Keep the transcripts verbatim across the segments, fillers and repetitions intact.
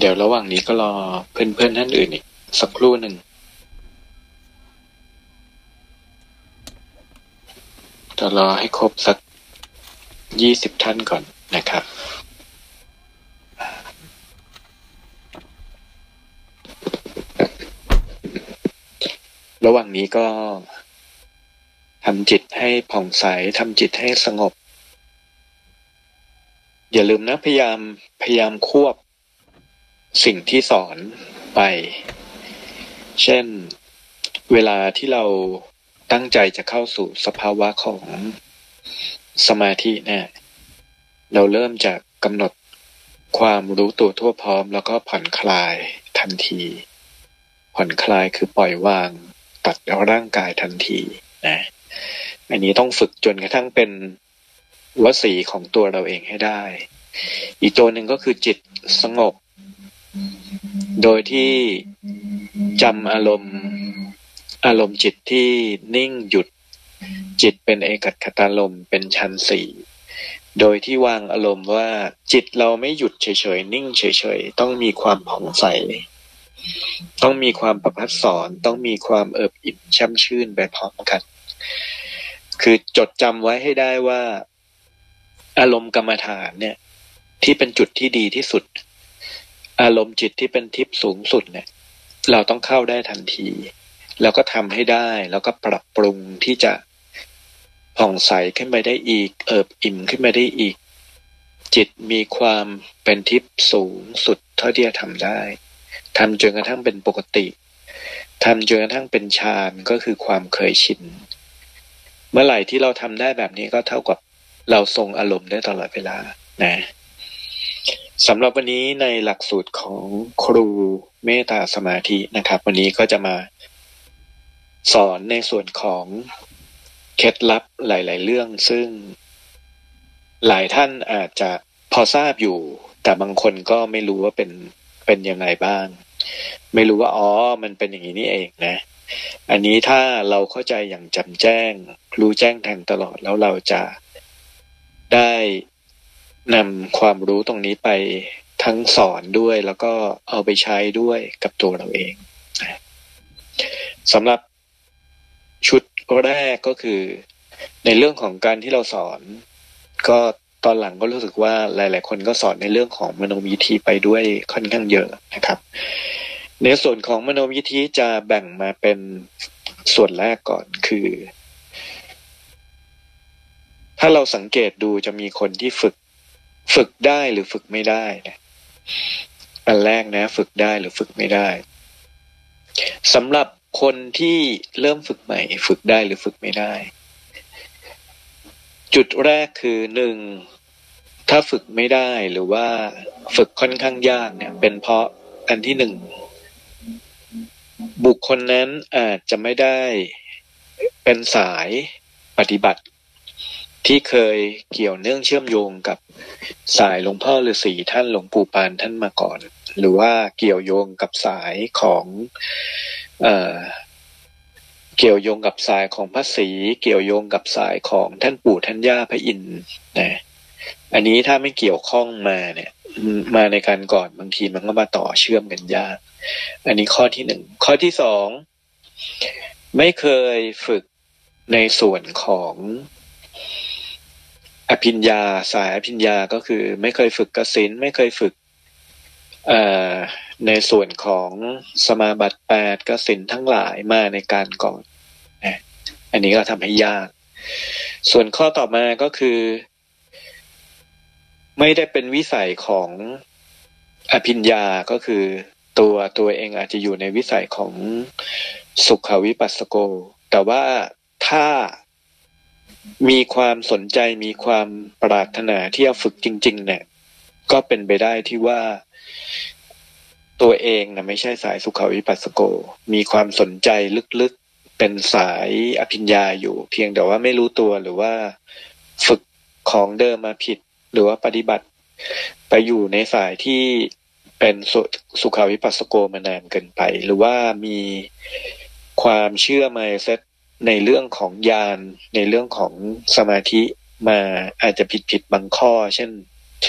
เดี๋ยวระหว่างนี้ก็รอเพื่อนๆท่านอื่นอีกสักครู่หนึ่งจะรอให้ครบสักยี่สิบท่านก่อนนะครับระหว่างนี้ก็ทำจิตให้ผ่องใสทำจิตให้สงบอย่าลืมนะพยายามพยายามควบสิ่งที่สอนไปเช่นเวลาที่เราตั้งใจจะเข้าสู่สภาวะของสมาธิเนี่ยเราเริ่มจากกำหนดความรู้ตัวทั่วพร้อมแล้วก็ผ่อนคลายทันทีผ่อนคลายคือปล่อยวางตัดร่างกายทันทีนะอันนี้ต้องฝึกจนกระทั่งเป็นวสีของตัวเราเองให้ได้อีกตัวหนึ่งก็คือจิตสงบโดยที่จำอารมณ์อารมณ์จิตที่นิ่งหยุดจิตเป็นเอกัคคตารมณ์เป็นชั้นสี่โดยที่วางอารมณ์ว่าจิตเราไม่หยุดเฉยๆนิ่งเฉยๆต้องมีความผ่องใสต้องมีความประภัสสรต้องมีความเอิบอิ่มช่ำชื่นไปพร้อมกันคือจดจำไว้ให้ได้ว่าอารมณ์กรรมฐานเนี่ยที่เป็นจุดที่ดีที่สุดอารมณ์จิตที่เป็นทิพย์สูงสุดเนี่ยเราต้องเข้าได้ทันทีแล้วก็ทำให้ได้แล้วก็ปรับปรุงที่จะผ่องใสขึ้นไปได้อีกเอิบอิ่มขึ้นไปได้อีกจิตมีความเป็นทิพย์สูงสุดเท่าที่จะทำได้ทำจนกระทั่งเป็นปกติทำจนกระทั่งเป็นฌานก็คือความเคยชินเมื่อไหร่ที่เราทำได้แบบนี้ก็เท่ากับเราทรงอารมณ์ได้ตลอดเวลานะสำหรับวันนี้ในหลักสูตรของครูเมตตาสมาธินะครับวันนี้ก็จะมาสอนในส่วนของเคล็ดลับหลายๆเรื่องซึ่งหลายท่านอาจจะพอทราบอยู่แต่บางคนก็ไม่รู้ว่าเป็นเป็นยังไงบ้างไม่รู้ว่าอ๋อมันเป็นอย่างนี้นี่เองนะอันนี้ถ้าเราเข้าใจอย่างแจ่มแจ้งรู้แจ้งแทงตลอดแล้วเราจะได้นำความรู้ตรงนี้ไปทั้งสอนด้วยแล้วก็เอาไปใช้ด้วยกับตัวเราเองสำหรับชุดแรกก็คือในเรื่องของการที่เราสอนก็ตอนหลังก็รู้สึกว่าหลายๆคนก็สอนในเรื่องของมโนวิธีไปด้วยค่อนข้างเยอะนะครับในส่วนของมโนวิธีจะแบ่งมาเป็นส่วนแรกก่อนคือถ้าเราสังเกตดูจะมีคนที่ฝึกฝึกได้หรือฝึกไม่ได้นะอันแรกนะฝึกได้หรือฝึกไม่ได้สำหรับคนที่เริ่มฝึกใหม่ฝึกได้หรือฝึกไม่ได้จุดแรกคือหนึ่งถ้าฝึกไม่ได้หรือว่าฝึกค่อนข้างยากเนี่ยเป็นเพราะอันที่หนึ่งบุคคลนั้นอาจจะไม่ได้เป็นสายปฏิบัติที่เคยเกี่ยวเนื่องเชื่อมโยงกับสายหลวงพ่อฤาษีท่านหลวงปู่ปานท่านมาก่อนหรือว่าเกี่ยวโยงกับสายของเอ่อเกี่ยวโยงกับสายของพระศรีเกี่ยวโยงกับสายของท่านปู่ท่านย่าพระอินทร์นะอันนี้ถ้าไม่เกี่ยวข้องมาเนี่ยมาในการก่อนบางทีมันก็มาต่อเชื่อมกันยากอันนี้ข้อที่หนึ่งข้อที่สองไม่เคยฝึกในส่วนของอภิญญาสายอภิญญาก็คือไม่เคยฝึกกสิณไม่เคยฝึกในส่วนของสมาบัติแปดกสิณทั้งหลายมาในการก่อนอันนี้ก็ทำให้ยากส่วนข้อต่อมาก็คือไม่ได้เป็นวิสัยของอภิญญาก็คือตัวตัวเองอาจจะอยู่ในวิสัยของสุขวิปัสสโกแต่ว่าถ้ามีความสนใจมีความปรารถนาที่จะฝึกจริงๆเนี่ยก็เป็นไปได้ที่ว่าตัวเองนะไม่ใช่สายสุขวิปัสสโกมีความสนใจลึกๆเป็นสายอภิญญาอยู่เพียงแต่ว่าไม่รู้ตัวหรือว่าฝึกของเดิมมาผิดหรือว่าปฏิบัติไปอยู่ในสายที่เป็นสุขวิปัสสโกมานานเกินไปหรือว่ามีความเชื่อ mindset ในเรื่องของญาณในเรื่องของสมาธิมาอาจจะผิดผิดบางข้อเช่น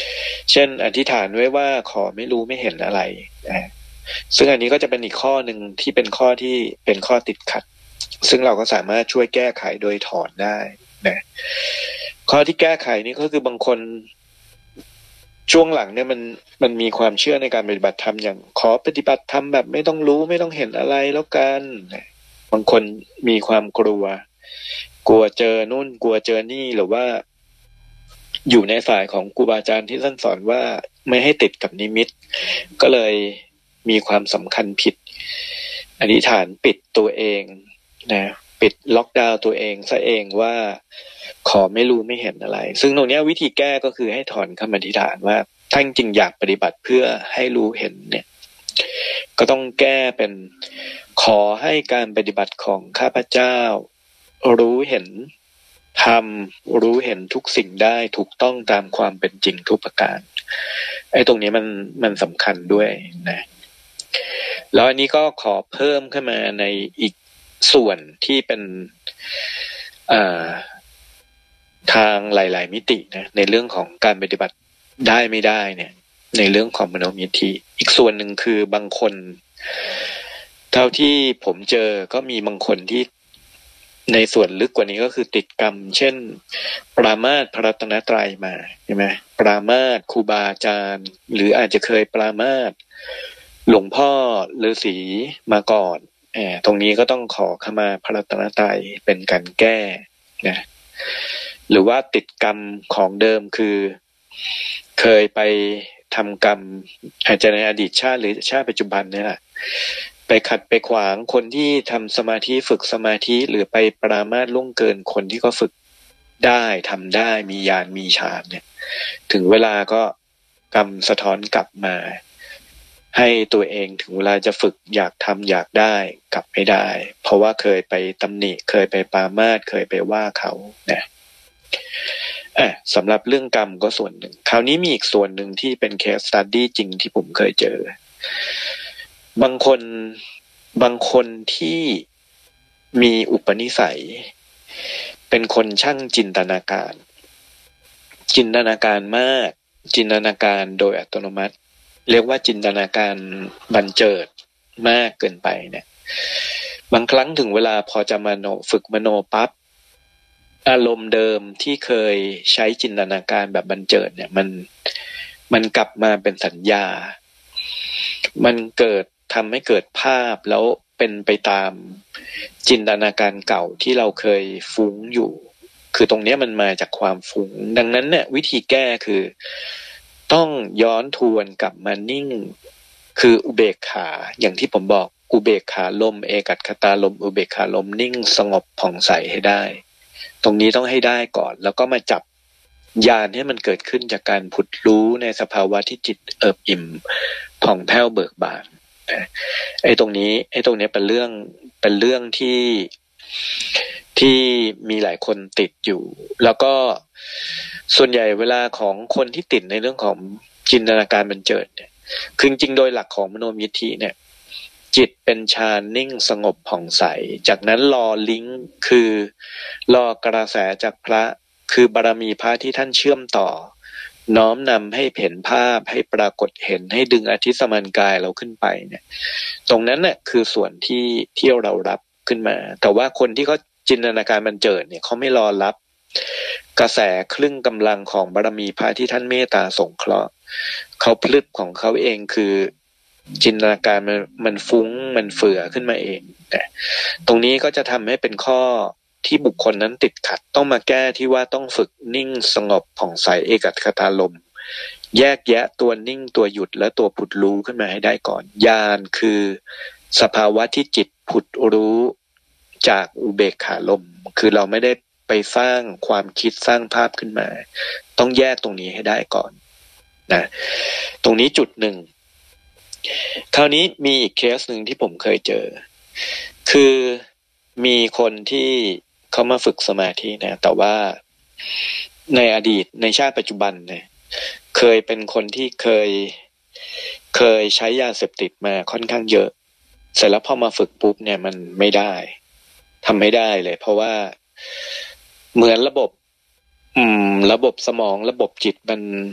เช่นอธิษฐานไว้ว่าขอไม่รู้ไม่เห็นอะไรนะซึ่งอันนี้ก็จะเป็นอีกข้อหนึ่งที่เป็นข้อที่เป็นข้อติดขัดซึ่งเราก็สามารถช่วยแก้ไขโดยถอนได้นะข้อที่แก้ไขนี่ก็คือบางคนช่วงหลังเนี่ยมันมันมีความเชื่อในการปฏิบัติธรรมอย่างขอปฏิบัติธรรมแบบไม่ต้องรู้ไม่ต้องเห็นอะไรแล้วกันบางคนมีความกลัวกลัวเจอนู่นกลัวเจอนี่หรือว่าอยู่ในฝ่ายของครูบาอาจารย์ที่ท่านสอนว่าไม่ให้ติดกับนิมิตก็เลยมีความสำคัญผิดอธิษฐานปิดตัวเองนะปิดล็อกดาวน์ตัวเองซะเองว่าขอไม่รู้ไม่เห็นอะไรซึ่งตรงนี้วิธีแก้ก็คือให้ถอนคำอธิษฐานว่าท่านจริงอยากปฏิบัติเพื่อให้รู้เห็นเนี่ยก็ต้องแก้เป็นขอให้การปฏิบัติของข้าพเจ้ารู้เห็นทำรู้เห็นทุกสิ่งได้ถูกต้องตามความเป็นจริงทุกประการไอ้ตรงนี้มันมันสำคัญด้วยนะแล้วอันนี้ก็ขอเพิ่มขึ้นมาในอีกส่วนที่เป็นอ่าทางหลายๆมิตินะในเรื่องของการปฏิบัติได้ไม่ได้เนี่ยในเรื่องของมโนมิธิอีกส่วนหนึ่งคือบางคนเท่าที่ผมเจอก็มีบางคนที่ในส่วนลึกกว่านี้ก็คือติดกรรมเช่นปรามาสพระรัตนตรัยมาใช่ไหมปรามาสครูบาอาจารย์หรืออาจจะเคยปรามาสหลวงพ่อฤาษีมาก่อนแอบตรงนี้ก็ต้องขอขมาพระรัตนตรัยเป็นการแก้นะหรือว่าติดกรรมของเดิมคือเคยไปทำกรรมอาจจะในอดีตชาติหรือชาติปัจจุบันนี่แหละไปขัดไปขวางคนที่ทำสมาธิฝึกสมาธิหรือไปปรามาสล่วงเกินคนที่เขาฝึกได้ทำได้มีญาณมีฌานเนี่ยถึงเวลาก็กรรมสะท้อนกลับมาให้ตัวเองถึงเวลาจะฝึกอยากทำอยากได้กลับไม่ได้เพราะว่าเคยไปตำหนิเคยไปปรามาสเคยไปว่าเขาเนี่ยอ่ะสำหรับเรื่องกรรมก็ส่วนหนึ่งคราวนี้มีอีกส่วนหนึ่งที่เป็นเคสสตั๊ดดี้จริงที่ผมเคยเจอบางคนบางคนที่มีอุปนิสัยเป็นคนช่างจินตนาการจินตนาการมากจินตนาการโดยอัตโนมัติเรียกว่าจินตนาการบันเจิดมากเกินไปเนี่ยบางครั้งถึงเวลาพอจะมโนฝึกมโนปั๊บอารมณ์เดิมที่เคยใช้จินตนาการแบบบันเจิดเนี่ยมันมันกลับมาเป็นสัญญามันเกิดทำให้เกิดภาพแล้วเป็นไปตามจินตนาการเก่าที่เราเคยฟุ้งอยู่คือตรงนี้มันมาจากความฟุ้งดังนั้นเนี่ยวิธีแก้คือต้องย้อนทวนกลับมานิ่งคืออุเบกขาอย่างที่ผมบอกอุเบกขาลมเอกัตคตาลมอุเบกขาลมนิ่งสงบผ่องใสให้ได้ตรงนี้ต้องให้ได้ก่อนแล้วก็มาจับญาณให้มันเกิดขึ้นจากการผุดรู้ในสภาวะที่จิตเอิบอิ่มผ่องแผ้วเบิกบานไอ้ตรงนี้ไอ้ตรงนี้เป็นเรื่องเป็นเรื่องที่ที่มีหลายคนติดอยู่แล้วก็ส่วนใหญ่เวลาของคนที่ติดในเรื่องของจินตนาการบันเจิดเนี่ยคือจริงโดยหลักของมโนมิธิเนี่ยจิตเป็นฌานนิ่งสงบผ่องใสจากนั้นรอลิงก์คือรอกระแสจากพระคือบารมีพระที่ท่านเชื่อมต่อน้อมนำให้เห็นภาพให้ปรากฏเห็นให้ดึงอธิสมานกายเราขึ้นไปเนี่ยตรงนั้นเนี่ยคือส่วนที่ที่เรารับขึ้นมาแต่ว่าคนที่เขาจินตนาการบันเจิดเนี่ยเขาไม่รอรับกระแสครึ่งกำลังของบารมีพระที่ท่านเมตตาสงเคราะห์เขาพลึบของเขาเองคือจินตนาการมันมันฟุ้งมันเฟื่อขึ้นมาเองนะตรงนี้ก็จะทำให้เป็นข้อที่บุคคลนั้นติดขัดต้องมาแก้ที่ว่าต้องฝึกนิ่งสงบผ่องใสเอกัตคตาลมแยกแยะตัวนิ่งตัวหยุดและตัวผุดรู้ขึ้นมาให้ได้ก่อนญาณคือสภาวะที่จิตผุดรู้จากอุเบกขาลมคือเราไม่ได้ไปสร้างความคิดสร้างภาพขึ้นมาต้องแยกตรงนี้ให้ได้ก่อนนะตรงนี้จุดหนึ่งคราวนี้มีอีกเคสหนึ่งที่ผมเคยเจอคือมีคนที่เขามาฝึกสมาธินะแต่ว่าในอดีตในชาติปัจจุบันเนี่ยเคยเป็นคนที่เคยเคยใช้ยาเสพติดมาค่อนข้างเยอะเสร็จแล้วพอมาฝึกปุ๊บเนี่ยมันไม่ได้ทำไม่ได้เลยเพราะว่าเหมือนระบบอืมระบบสมองระบบจิตมัน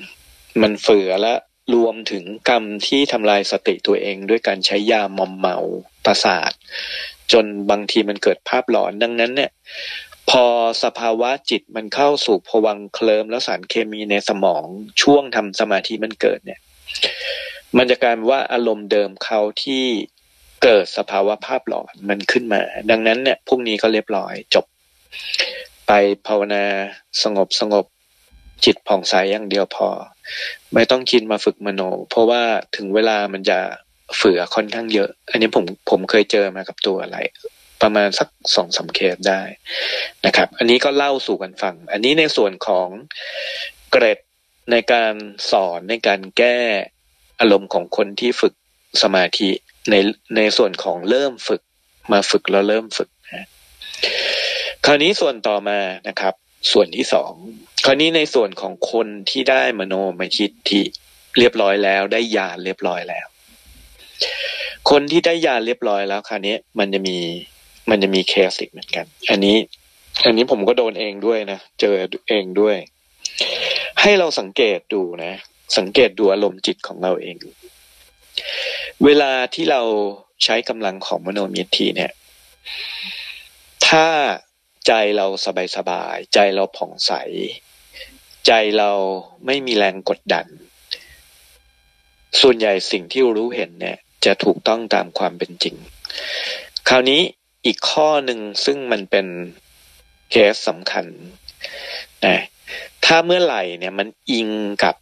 มันเฟื่อและรวมถึงกรรมที่ทำลายสติตัวเองด้วยการใช้ยามอมเมาประสาทจนบางทีมันเกิดภาพหลอนดังนั้นเนี่ยพอสภาวะจิตมันเข้าสู่ภวังค์เคลิ้มแล้วสารเคมีในสมองช่วงทำสมาธิมันเกิดเนี่ยมันจะกลายเป็นว่าอารมณ์เดิมเขาที่เกิดสภาวะภาพหลอนมันขึ้นมาดังนั้นเนี่ยพรุ่งนี้ก็เรียบร้อยจบไปภาวนาสงบสงบจิตผ่องใสอย่างเดียวพอไม่ต้องคิดมาฝึกมโนเพราะว่าถึงเวลามันจะเฝื่อค่อนข้างเยอะอันนี้ผมผมเคยเจอมากับตัวอะไรประมาณสักสองสามเคสได้นะครับอันนี้ก็เล่าสู่กันฟังอันนี้ในส่วนของเกร็ดในการสอนในการแก้อารมณ์ของคนที่ฝึกสมาธิในในส่วนของเริ่มฝึกมาฝึกแล้วเริ่มฝึกนะคราวนี้ส่วนต่อมานะครับส่วนที่สองคราวนี้ในส่วนของคนที่ได้มโนมยิทธิเรียบร้อยแล้วได้ญาณเรียบร้อยแล้วคนที่ได้ญาณเรียบร้อยแล้วคราวนี้มันจะมีมันจะมีเคสอีกเหมือนกันอันนี้อันนี้ผมก็โดนเองด้วยนะเจอเองด้วยให้เราสังเกตดูนะสังเกตดูอารมณ์จิตของเราเองเวลาที่เราใช้กำลังของมโนมยิทธิเนี่ยถ้าใจเราสบายๆใจเราผ่องใสใจเราไม่มีแรงกดดันส่วนใหญ่สิ่งที่รู้เห็นเนี่ยจะถูกต้องตามความเป็นจริงคราวนี้อีกข้อหนึ่งซึ่งมันเป็นเคสสำคัญนะถ้าเมื่อไหร่เนี่ยมันอิงกับ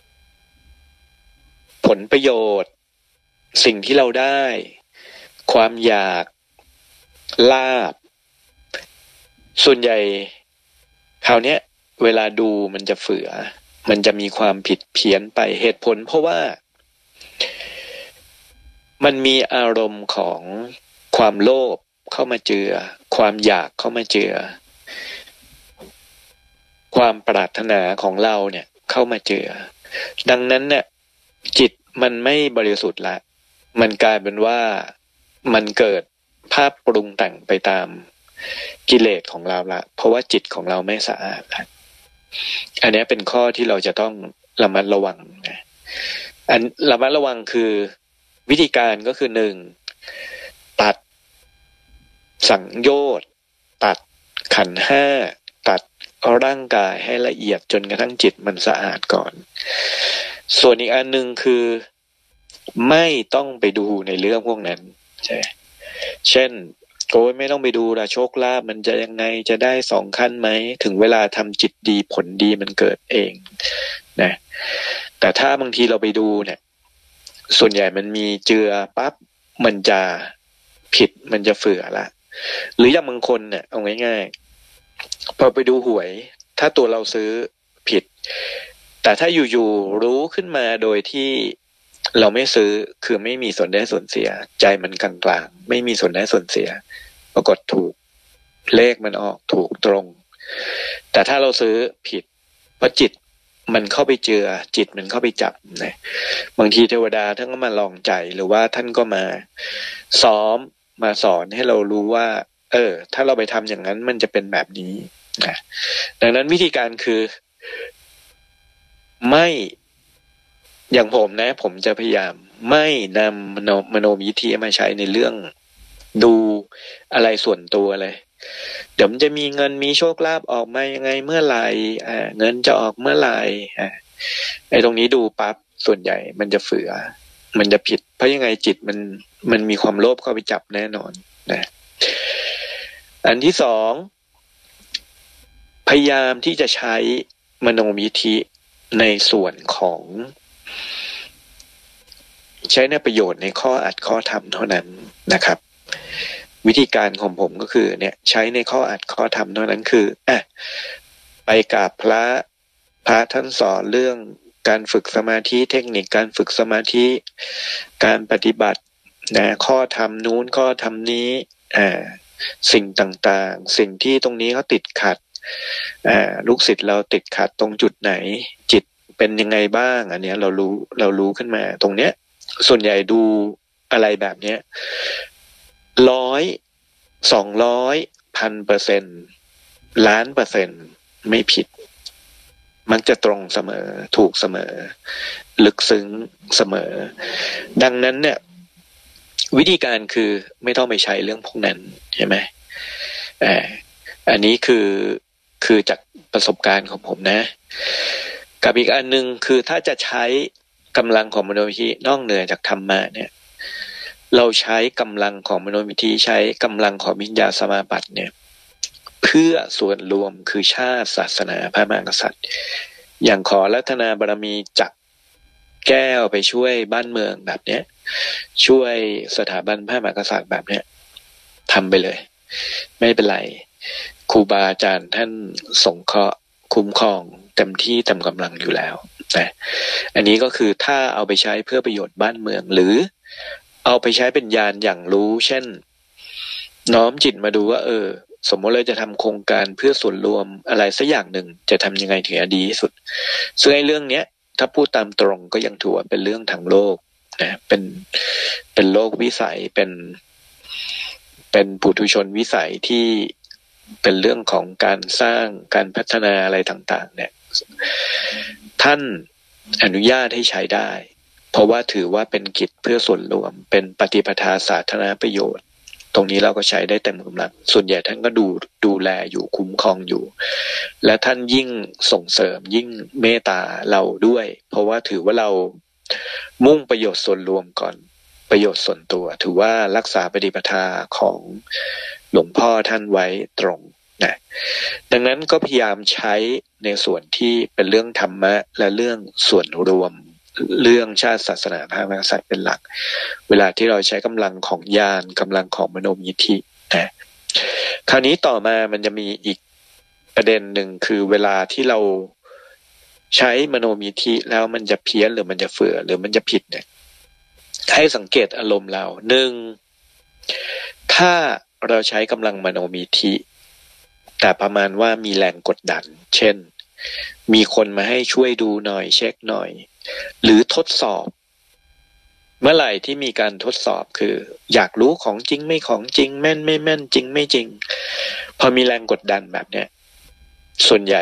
ผลประโยชน์สิ่งที่เราได้ความอยากลาภส่วนใหญ่คราวนี้เวลาดูมันจะเฝื่อมันจะมีความผิดเพี้ยนไปเหตุผลเพราะว่ามันมีอารมณ์ของความโลภเข้ามาเจือความอยากเข้ามาเจือความปรารถนาของเราเนี่ยเข้ามาเจือดังนั้นเนี่ยจิตมันไม่บริสุทธิ์ละมันกลายเป็นว่ามันเกิดภาพปรุงแต่งไปตามกิเลสของเราละเพราะว่าจิตของเราไม่สะอาดละอันนี้เป็นข้อที่เราจะต้องระมัดระวังนะอันระมัดระวังคือวิธีการก็คือหนึ่งตัดสังโยชน์ตัดขันธ์ห้าตัดร่างกายให้ละเอียดจนกระทั่งจิตมันสะอาดก่อนส่วนอีกอันหนึ่งคือไม่ต้องไปดูในเรื่องพวกนั้นใช่เช่นโอ้ยไม่ต้องไปดูละโชคลาภมันจะยังไงจะได้สองขั้นไหมถึงเวลาทำจิตดีผลดีมันเกิดเองนะแต่ถ้าบางทีเราไปดูเนี่ยส่วนใหญ่มันมีเจือปั๊บมันจะผิดมันจะเฝื่อละหรืออย่างบางคนเนี่ยเอาง่ายๆพอไปดูหวยถ้าตัวเราซื้อผิดแต่ถ้าอยู่ๆรู้ขึ้นมาโดยที่เราไม่ซื้อคือไม่มีส่วนได้ส่วนเสียใจมันกลางๆไม่มีส่วนได้ส่วนเสียปรากฏถูกเลขมันออกถูกตรงแต่ถ้าเราซื้อผิดเพราะจิตมันเข้าไปเจือจิตมันเข้าไปจับนะบางทีเทวดาท่านก็มาลองใจหรือว่าท่านก็มาซ้อมมาสอนให้เรารู้ว่าเออถ้าเราไปทำอย่างนั้นมันจะเป็นแบบนี้นะดังนั้นวิธีการคือไม่อย่างผมนะผมจะพยายามไม่นำมโนมโนมยิทธิมาใช้ในเรื่องดูอะไรส่วนตัวเลยเดี๋ยวมันจะมีเงินมีโชคลาภออกมายังไงเมื่อไหร่อ่าเงินจะออกเมื่อไหร่อ่าไอ้ตรงนี้ดูปั๊บส่วนใหญ่มันจะเฝื่อมันจะผิดเพราะยังไงจิตมันมันมีความโลภเข้าไปจับแน่นอนนะอันที่สองพยายามที่จะใช้มโนมยิทธิในส่วนของใช้ในประโยชน์ในข้ออัดข้อธรรมเท่านั้นนะครับวิธีการของผมก็คือเนี่ยใช้ในข้ออัดข้อธรรมเท่านั้นคืออ่ะไปกราบพระพระท่านสอนเรื่องการฝึกสมาธิเทคนิคการฝึกสมาธิการปฏิบัตินะข้อธรรมนู้นข้อธรรมนี้อ่าสิ่งต่างๆสิ่งที่ตรงนี้เขาติดขัดอ่าลูกศิษย์เราติดขัดตรงจุดไหนจิตเป็นยังไงบ้างอันเนี้ยเรารู้เรารู้ขึ้นมาตรงเนี้ยส่วนใหญ่ดูอะไรแบบเนี้ยร้อยสองร้อยพันเปอร์เซ็นต์ล้านเปอร์เซ็นต์ไม่ผิดมักจะตรงเสมอถูกเสมอลึกซึ้งเสมอดังนั้นเนี่ยวิธีการคือไม่ต้องไปใช้เรื่องพวกนั้นใช่ไหมอ่าอันนี้คือคือจากประสบการณ์ของผมนะกับอีกอันนึงคือถ้าจะใช้กำลังของมโนวิธีนอกเหนือจากธรรมะเนี่ยเราใช้กำลังของมโนวิธีใช้กำลังของวิญญาสมาบัติเนี่ยเพื่อส่วนรวมคือชาติศาสนาพระมหากษัตริย์อย่างขอรัตนาบารมีจักแก้วไปช่วยบ้านเมืองแบบเนี้ยช่วยสถาบันพระมหากษัตริย์แบบเนี้ยทำไปเลยไม่เป็นไรครูบาอาจารย์ท่านสงเคราะห์คุ้มครองเต็มที่เต็มกำลังอยู่แล้วนะอันนี้ก็คือถ้าเอาไปใช้เพื่อประโยชน์บ้านเมืองหรือเอาไปใช้เป็นญาณอย่างรู้เช่นน้อมจิตมาดูว่าเออสมมติเราจะทำโครงการเพื่อส่วนรวมอะไรสักอย่างหนึ่งจะทำยังไงถึงจะดีที่สุดซึ่งไอ้เรื่องเนี้ยถ้าพูดตามตรงก็ยังถือว่าเป็นเรื่องทางโลกนะเป็นเป็นโลกวิสัยเป็นเป็นปุถุชนวิสัยที่เป็นเรื่องของการสร้างการพัฒนาอะไรต่างๆเนี่ยท่านอนุญาตให้ใช้ได้เพราะว่าถือว่าเป็นกิจเพื่อส่วนรวมเป็นปฏิปทาสาธารณประโยชน์ตรงนี้เราก็ใช้ได้เต็มกำลังส่วนใหญ่ท่านก็ดูดูแลอยู่คุ้มครองอยู่และท่านยิ่งส่งเสริมยิ่งเมตตาเราด้วยเพราะว่าถือว่าเรามุ่งประโยชน์ส่วนรวมก่อนประโยชน์ส่วนตัวถือว่ารักษาปฏิปทาของหลวงพ่อท่านไว้ตรงนะดังนั้นก็พยายามใช้ในส่วนที่เป็นเรื่องธรรมะและเรื่องส่วนรวมเรื่องชาติศาสนาพระมหากษัตริย์เป็นหลักเวลาที่เราใช้กำลังของญาณกำลังของมโนมิธินะคราวนี้ต่อมามันจะมีอีกประเด็นหนึ่งคือเวลาที่เราใช้มโนมิธิแล้วมันจะเพี้ยนหรือมันจะเฟื่อหรือมันจะผิดเนี่ยให้สังเกตอารมณ์เราหนึ่งถ้าเราใช้กำลังมโนมิธิแต่ประมาณว่ามีแรงกดดันเช่นมีคนมาให้ช่วยดูหน่อยเช็คหน่อยหรือทดสอบเมื่อไหร่ที่มีการทดสอบคืออยากรู้ของจริงไม่ของจริงแม่นไม่แม่นจริงไม่จริงพอมีแรงกดดันแบบเนี้ยส่วนใหญ่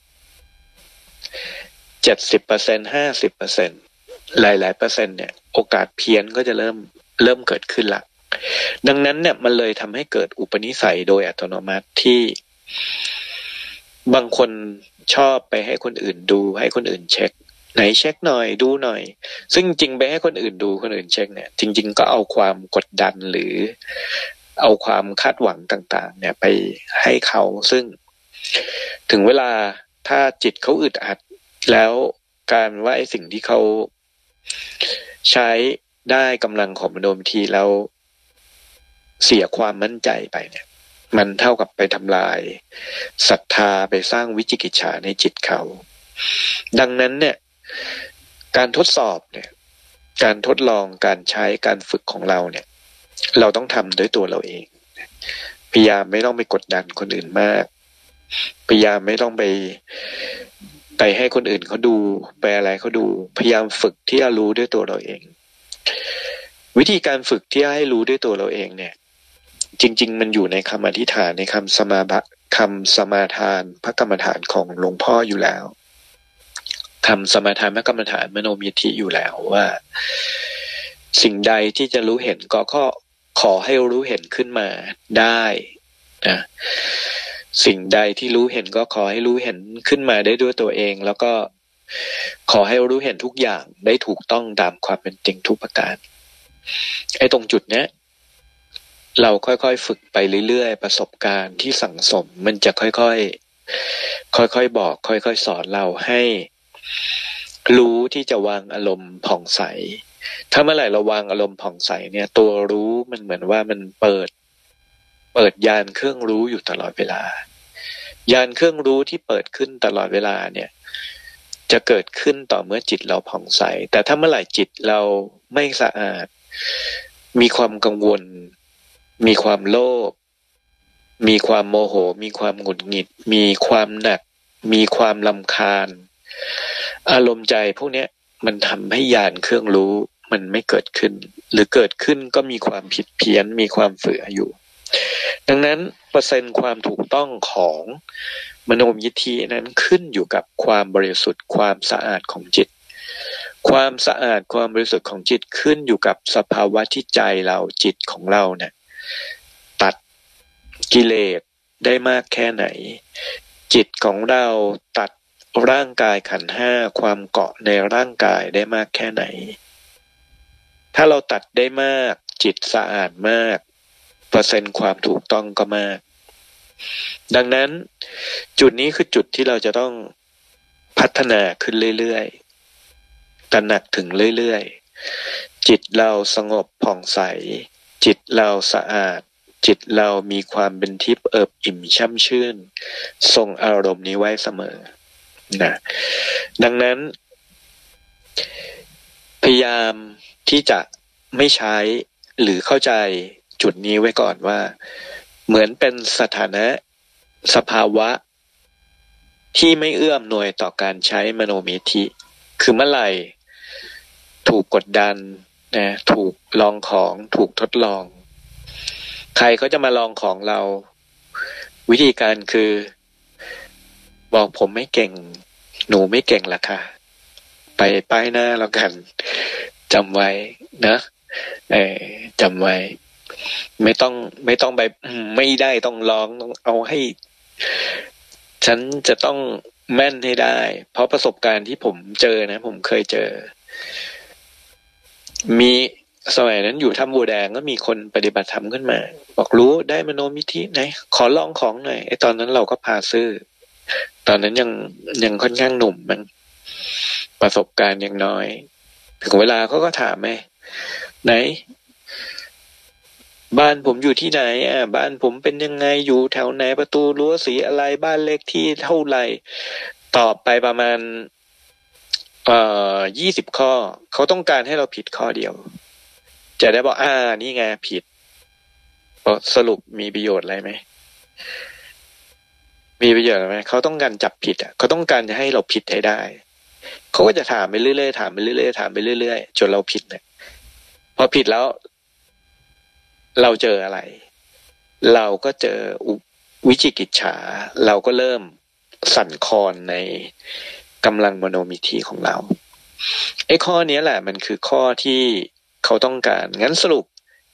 เจ็ดสิบเปอร์เซ็นต์ ห้าสิบเปอร์เซ็นต์ หลายๆเปอร์เซ็นต์เนี่ยโอกาสเพี้ยนก็จะเริ่มเริ่มเกิดขึ้นละดังนั้นเนี่ยมันเลยทำให้เกิดอุปนิสัยโดยอัตโนมัติที่บางคนชอบไปให้คนอื่นดูให้คนอื่นเช็คไหนเช็คหน่อยดูหน่อยซึ่งจริงไปให้คนอื่นดูคนอื่นเช็คเนี่ยจริงๆก็เอาความกดดันหรือเอาความคาดหวังต่างๆเนี่ยไปให้เขาซึ่งถึงเวลาถ้าจิตเขาอึดอัดแล้วการว่าไอ้สิ่งที่เขาใช้ได้กำลังของมโนมิธีแล้วเสียความมั่นใจไปเนี่ยมันเท่ากับไปทำลายศรัทธาไปสร้างวิจิกิจฉาในจิตเขาดังนั้นเนี่ยการทดสอบเนี่ยการทดลองการใช้การฝึกของเราเนี่ยเราต้องทำด้วยตัวเราเองพยายามไม่ต้องไปกดดันคนอื่นมากพยายามไม่ต้องไปไปให้คนอื่นเขาดูไปอะไรเขาดูพยายามฝึกที่จะรู้ด้วยตัวเราเองวิธีการฝึกที่ให้รู้ด้วยตัวเราเองเนี่ยจริงๆมันอยู่ในคำอธิษฐานในคำสมาบะคำสมาทานพระกรรมฐานของหลวงพ่ออยู่แล้วคำสมาทานพระกรรมฐานมโนมิธิอยู่แล้วว่าสิ่งใดที่จะรู้เห็นก็ขอขอให้รู้เห็นขึ้นมาได้นะสิ่งใดที่รู้เห็นก็ขอให้รู้เห็นขึ้นมาได้ด้วยตัวเองแล้วก็ขอให้รู้เห็นทุกอย่างได้ถูกต้องตามความเป็นจริงทุกประการไอ้ตรงจุดเนี้ยเราค่อยๆฝึกไปเรื่อยๆประสบการณ์ที่สั่งสมมันจะค่อยๆค่อยๆบอกค่อยๆสอนเราให้รู้ที่จะวางอารมณ์ผ่องใสถ้าเมื่อไหร่เราวางอารมณ์ผ่องใสเนี่ยตัวรู้มันเหมือนว่ามันเปิดเปิดยานเครื่องรู้อยู่ตลอดเวลายานเครื่องรู้ที่เปิดขึ้นตลอดเวลาเนี่ยจะเกิดขึ้นต่อเมื่อจิตเราผ่องใสแต่ถ้าเมื่อไหร่จิตเราไม่สะอาดมีความกังวลมีความโลภมีความโมโหมีความหงุดหงิดมีความหนักมีความรำคาญอารมณ์ใจพวกนี้มันทำให้ญาณเครื่องรู้มันไม่เกิดขึ้นหรือเกิดขึ้นก็มีความผิดเพี้ยนมีความเฝื่ออยู่ดังนั้นเปอร์เซ็นต์ความถูกต้องของมโนมยิทธินั้นขึ้นอยู่กับความบริสุทธิ์ความสะอาดของจิตความสะอาดความบริสุทธิ์ของจิตขึ้นอยู่กับสภาวะที่ใจเราจิตของเราเนี่ยตัดกิเลสได้มากแค่ไหนจิตของเราตัดร่างกายขันธ์ห้าความเกาะในร่างกายได้มากแค่ไหนถ้าเราตัดได้มากจิตสะอาดมากเปอร์เซ็นต์ความถูกต้องก็มากดังนั้นจุดนี้คือจุดที่เราจะต้องพัฒนาขึ้นเรื่อยๆตระหนักถึงเรื่อยๆจิตเราสงบผ่องใสจิตเราสะอาดจิตเรามีความเป็นทิพย์เอิบอิ่มช่ำชื่นทรงอารมณ์นี้ไว้เสมอนะดังนั้นพยายามที่จะไม่ใช้หรือเข้าใจจุดนี้ไว้ก่อนว่าเหมือนเป็นสถานะสภาวะที่ไม่เอื้อมหน่วยต่อการใช้มโนมิทธิคือเมื่อไหร่ถูกกดดันนะถูกลองของถูกทดลองใครเขาจะมาลองของเราวิธีการคือบอกผมไม่เก่งหนูไม่เก่งล่ะค่ะไปป้ายหน้าแล้วกันจำไว้นะเออจำไว้ไม่ต้องไม่ต้องไปไม่ได้ต้องลองต้องเอาให้ฉันจะต้องแม่นให้ได้เพราะประสบการณ์ที่ผมเจอนะผมเคยเจอมีสมัยนั้นอยู่ถ้ำบัวแดงก็มีคนปฏิบัติธรรมขึ้นมาบอกรู้ได้มโนมิทธิไหนขอลองของหน่อยไอ้ตอนนั้นเราก็พาซื้อตอนนั้นยังยังค่อนข้างหนุ่มมันประสบการณ์ยังน้อยถึงเวลาเขาก็ถามไหมไหนบ้านผมอยู่ที่ไหนอ่ะบ้านผมเป็นยังไงอยู่แถวไหนประตูรั้วสีอะไรบ้านเลขที่เท่าไหร่ตอบไปประมาณเอ่อยี่สิบข้อเขาต้องการให้เราผิดข้อเดียวจะได้บอกอ่านี่ไงผิดสรุปมีประโยชน์อะไรไหมมีประโยชน์ไหมเขาต้องการจับผิดอ่ะเขาต้องการจะให้เราผิดให้ได้เขาก็จะถามไปเรื่อยๆถามไปเรื่อยๆถามไปเรื่อยๆจนเราผิดเนี่ยพอผิดแล้วเราเจออะไรเราก็เจอวิจิกิจฉาเราก็เริ่มสั่นคลอนในกำลังมโนมิทธิของเราไอ้ข้อนี้แหละมันคือข้อที่เขาต้องการงั้นสรุป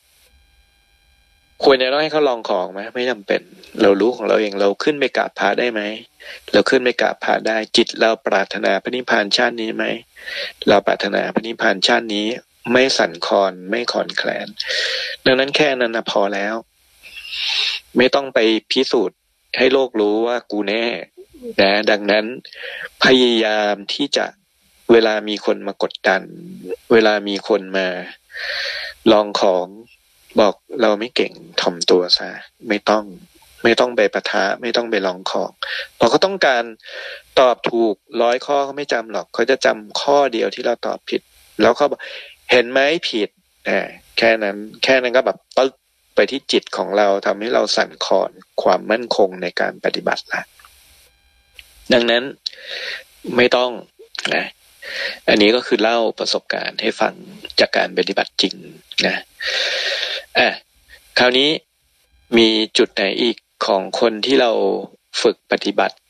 ควรจะต้องให้เขาลองของไหมไม่จำเป็นเรารู้ของเราเองเราขึ้นไปกราบพระได้ไหมเราขึ้นไปกราบพระได้จิตเราปรารถนาพระนิพพานชาตินี้ไหมเราปรารถนาพระนิพพานชาตินี้ไม่สั่นคลอนไม่คลอนแคลนดังนั้นแค่นั้นนะพอแล้วไม่ต้องไปพิสูจน์ให้โลกรู้ว่ากูแน่นะดังนั้นพยายามที่จะเวลามีคนมากดดันเวลามีคนมาลองของบอกเราไม่เก่งถ่อมตัวซะไม่ต้องไม่ต้องไปปะทะไม่ต้องไปลองของเพราะเขาต้องการตอบถูกร้อยข้อเขาไม่จำหรอกเขาจะจำข้อเดียวที่เราตอบผิดแล้วเขาบอกเห็นไหมผิดอ่าแค่นั้นแค่นั้นก็แบบตึ๊กไปที่จิตของเราทำให้เราสั่นคลอนความมั่นคงในการปฏิบัติละดังนั้นไม่ต้องนะอันนี้ก็คือเล่าประสบการณ์ให้ฟังจากการปฏิบัติจริงนะอ่ะคราวนี้มีจุดไหนอีกของคนที่เราฝึกปฏิบัติ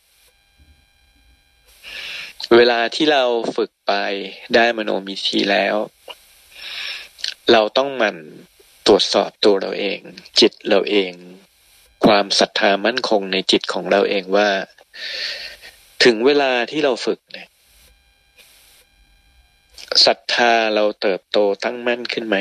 เวลาที่เราฝึกไปได้มโนมิทธิแล้วเราต้องหมั่นตรวจสอบตัวเราเองจิตเราเองความศรัทธามั่นคงในจิตของเราเองว่าถึงเวลาที่เราฝึกเนี่ยศรัทธาเราเติบโตตั้งมั่นขึ้นไหม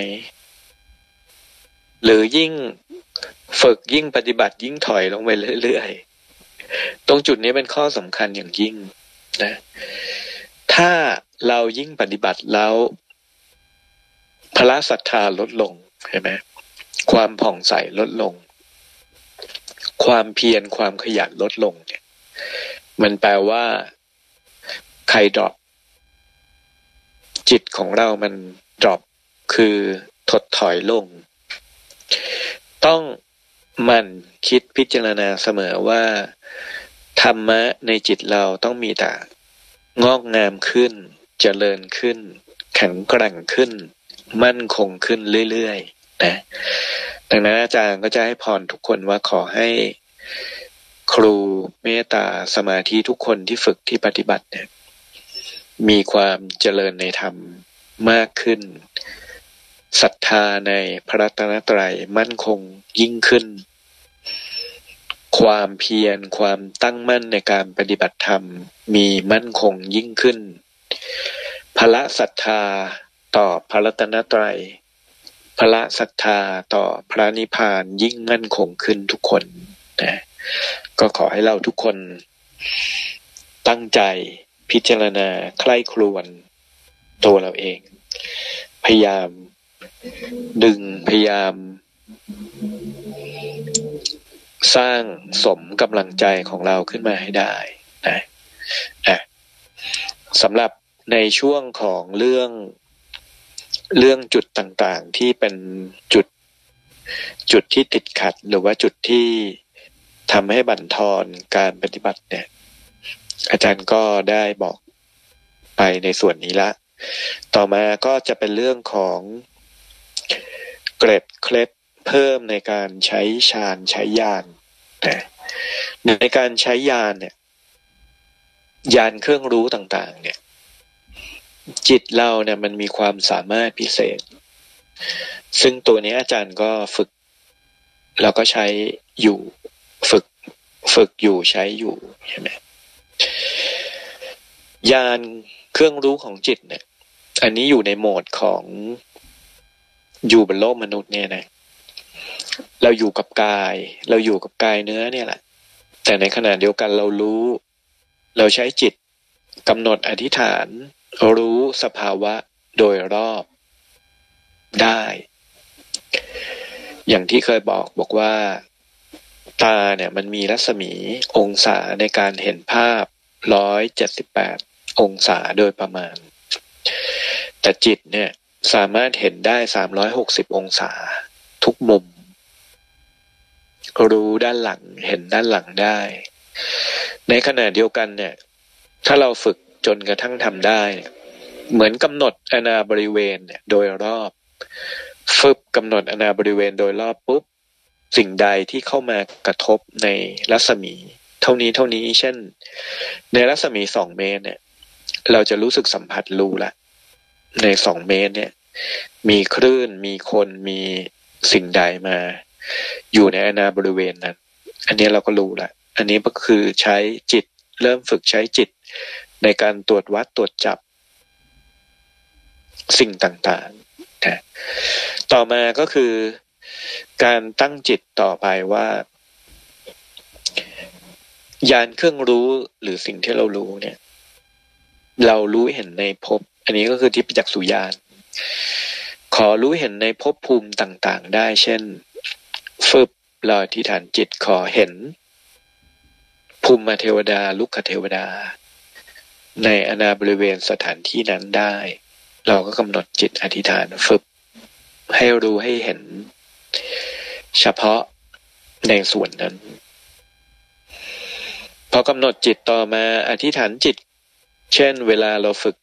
หรือยิ่งฝึกยิ่งปฏิบัติยิ่งถอยลงไปเรื่อยๆตรงจุดนี้เป็นข้อสำคัญอย่างยิ่งนะถ้าเรายิ่งปฏิบัติแล้วพละศรัทธาลดลงใช่ไหมความผ่องใสลดลงความเพียรความขยันลดลงเนี่ยมันแปลว่าใครดรอปจิตของเรามันดรอปคือถดถอยลงต้องมันคิดพิจารณาเสมอว่าธรรมะในจิตเราต้องมีแต่งอกงามขึ้นเจริญขึ้นแข็งแกร่งขึ้นมั่นคงขึ้นเรื่อยๆนะดังนั้นอาจารย์ก็จะให้พรทุกคนว่าขอให้ครูเมตตาสมาธิทุกคนที่ฝึกที่ปฏิบัติเนี่ยมีความเจริญในธรรมมากขึ้นศรัทธาในพระรัตนตรัยมั่นคงยิ่งขึ้นความเพียรความตั้งมั่นในการปฏิบัติธรรมมีมั่นคงยิ่งขึ้นพละศรัทธาต่อพระรัตนตรัยพละศรัทธาต่อพระนิพพานยิ่งมั่นคงขึ้นทุกคนนะก็ขอให้เราทุกคนตั้งใจพิจารณาใคร่ครวญตัวเราเองพยายามดึงพยายามสร้างสมกำลังใจของเราขึ้นมาให้ได้นะนะสำหรับในช่วงของเรื่องเรื่องจุดต่างๆที่เป็นจุดจุดที่ติดขัดหรือว่าจุดที่ทำให้บั่นทอนการปฏิบัติเนี่ยอาจารย์ก็ได้บอกไปในส่วนนี้ละต่อมาก็จะเป็นเรื่องของเกร็ดเคล็ดเพิ่มในการใช้ฌานใช้ญาณนะในการใช้ญาณเนี่ยญาณเครื่องรู้ต่างๆเนี่ยจิตเราเนี่ยมันมีความสามารถพิเศษซึ่งตัวนี้อาจารย์ก็ฝึกแล้วก็ใช้อยู่ฝึกฝึกอยู่ใช้อยู่ใช่ไหมญาณเครื่องรู้ของจิตเนี่ยอันนี้อยู่ในโหมดของอยู่บนโลกมนุษย์เนี่ยนะเราอยู่กับกายเราอยู่กับกายเนื้อเนี่ยแหละแต่ในขณะเดียวกันเรารู้เราใช้จิตกำหนดอธิษฐานรู้สภาวะโดยรอบได้อย่างที่เคยบอกบอกว่าตาเนี่ยมันมีรัศมีองศาในการเห็นภาพหนึ่งร้อยเจ็ดสิบแปดองศาโดยประมาณแต่จิตเนี่ยสามารถเห็นได้สามร้อยหกสิบองศาทุกมุมรู้ด้านหลังเห็นด้านหลังได้ในขณะเดียวกันเนี่ยถ้าเราฝึกจนกระทั่งทำได้เหมือนกำหนดอาณาบริเวณเนี่ยโดยรอบฝึกกำหนดอาณาบริเวณโดยรอบปุ๊บสิ่งใดที่เข้ามากระทบในรัศมีเท่านี้เท่านี้เช่นในรัศมีสองเมตรเนี่ยเราจะรู้สึกสัมผัสรู้ละในสองเมตรเนี่ยมีคลื่นมีคนมีสิ่งใดมาอยู่ในอาณาบริเวณนั้นอันนี้เราก็รู้ละอันนี้ก็คือใช้จิตเริ่มฝึกใช้จิตในการตรวจวัดตรวจจับสิ่งต่างๆนะต่อมาก็คือการตั้งจิตต่อไปว่าญาณเครื่องรู้หรือสิ่งที่เรารู้เนี่ยเรารู้เห็นในภพอันนี้ก็คือทิพยจักษุญาณขอรู้เห็นในภพภูมิต่างๆได้เช่นฝึกเราอธิษฐานจิตขอเห็นภูมิเทวดาลุกขเทวดาในอาณาบริเวณสถานที่นั้นได้เราก็กำหนดจิตอธิษฐานฝึกให้รู้ให้เห็นเฉพาะในส่วนนั้นพอกำหนดจิตต่อมาอธิษฐานจิตเช่นเวลาเราฝึก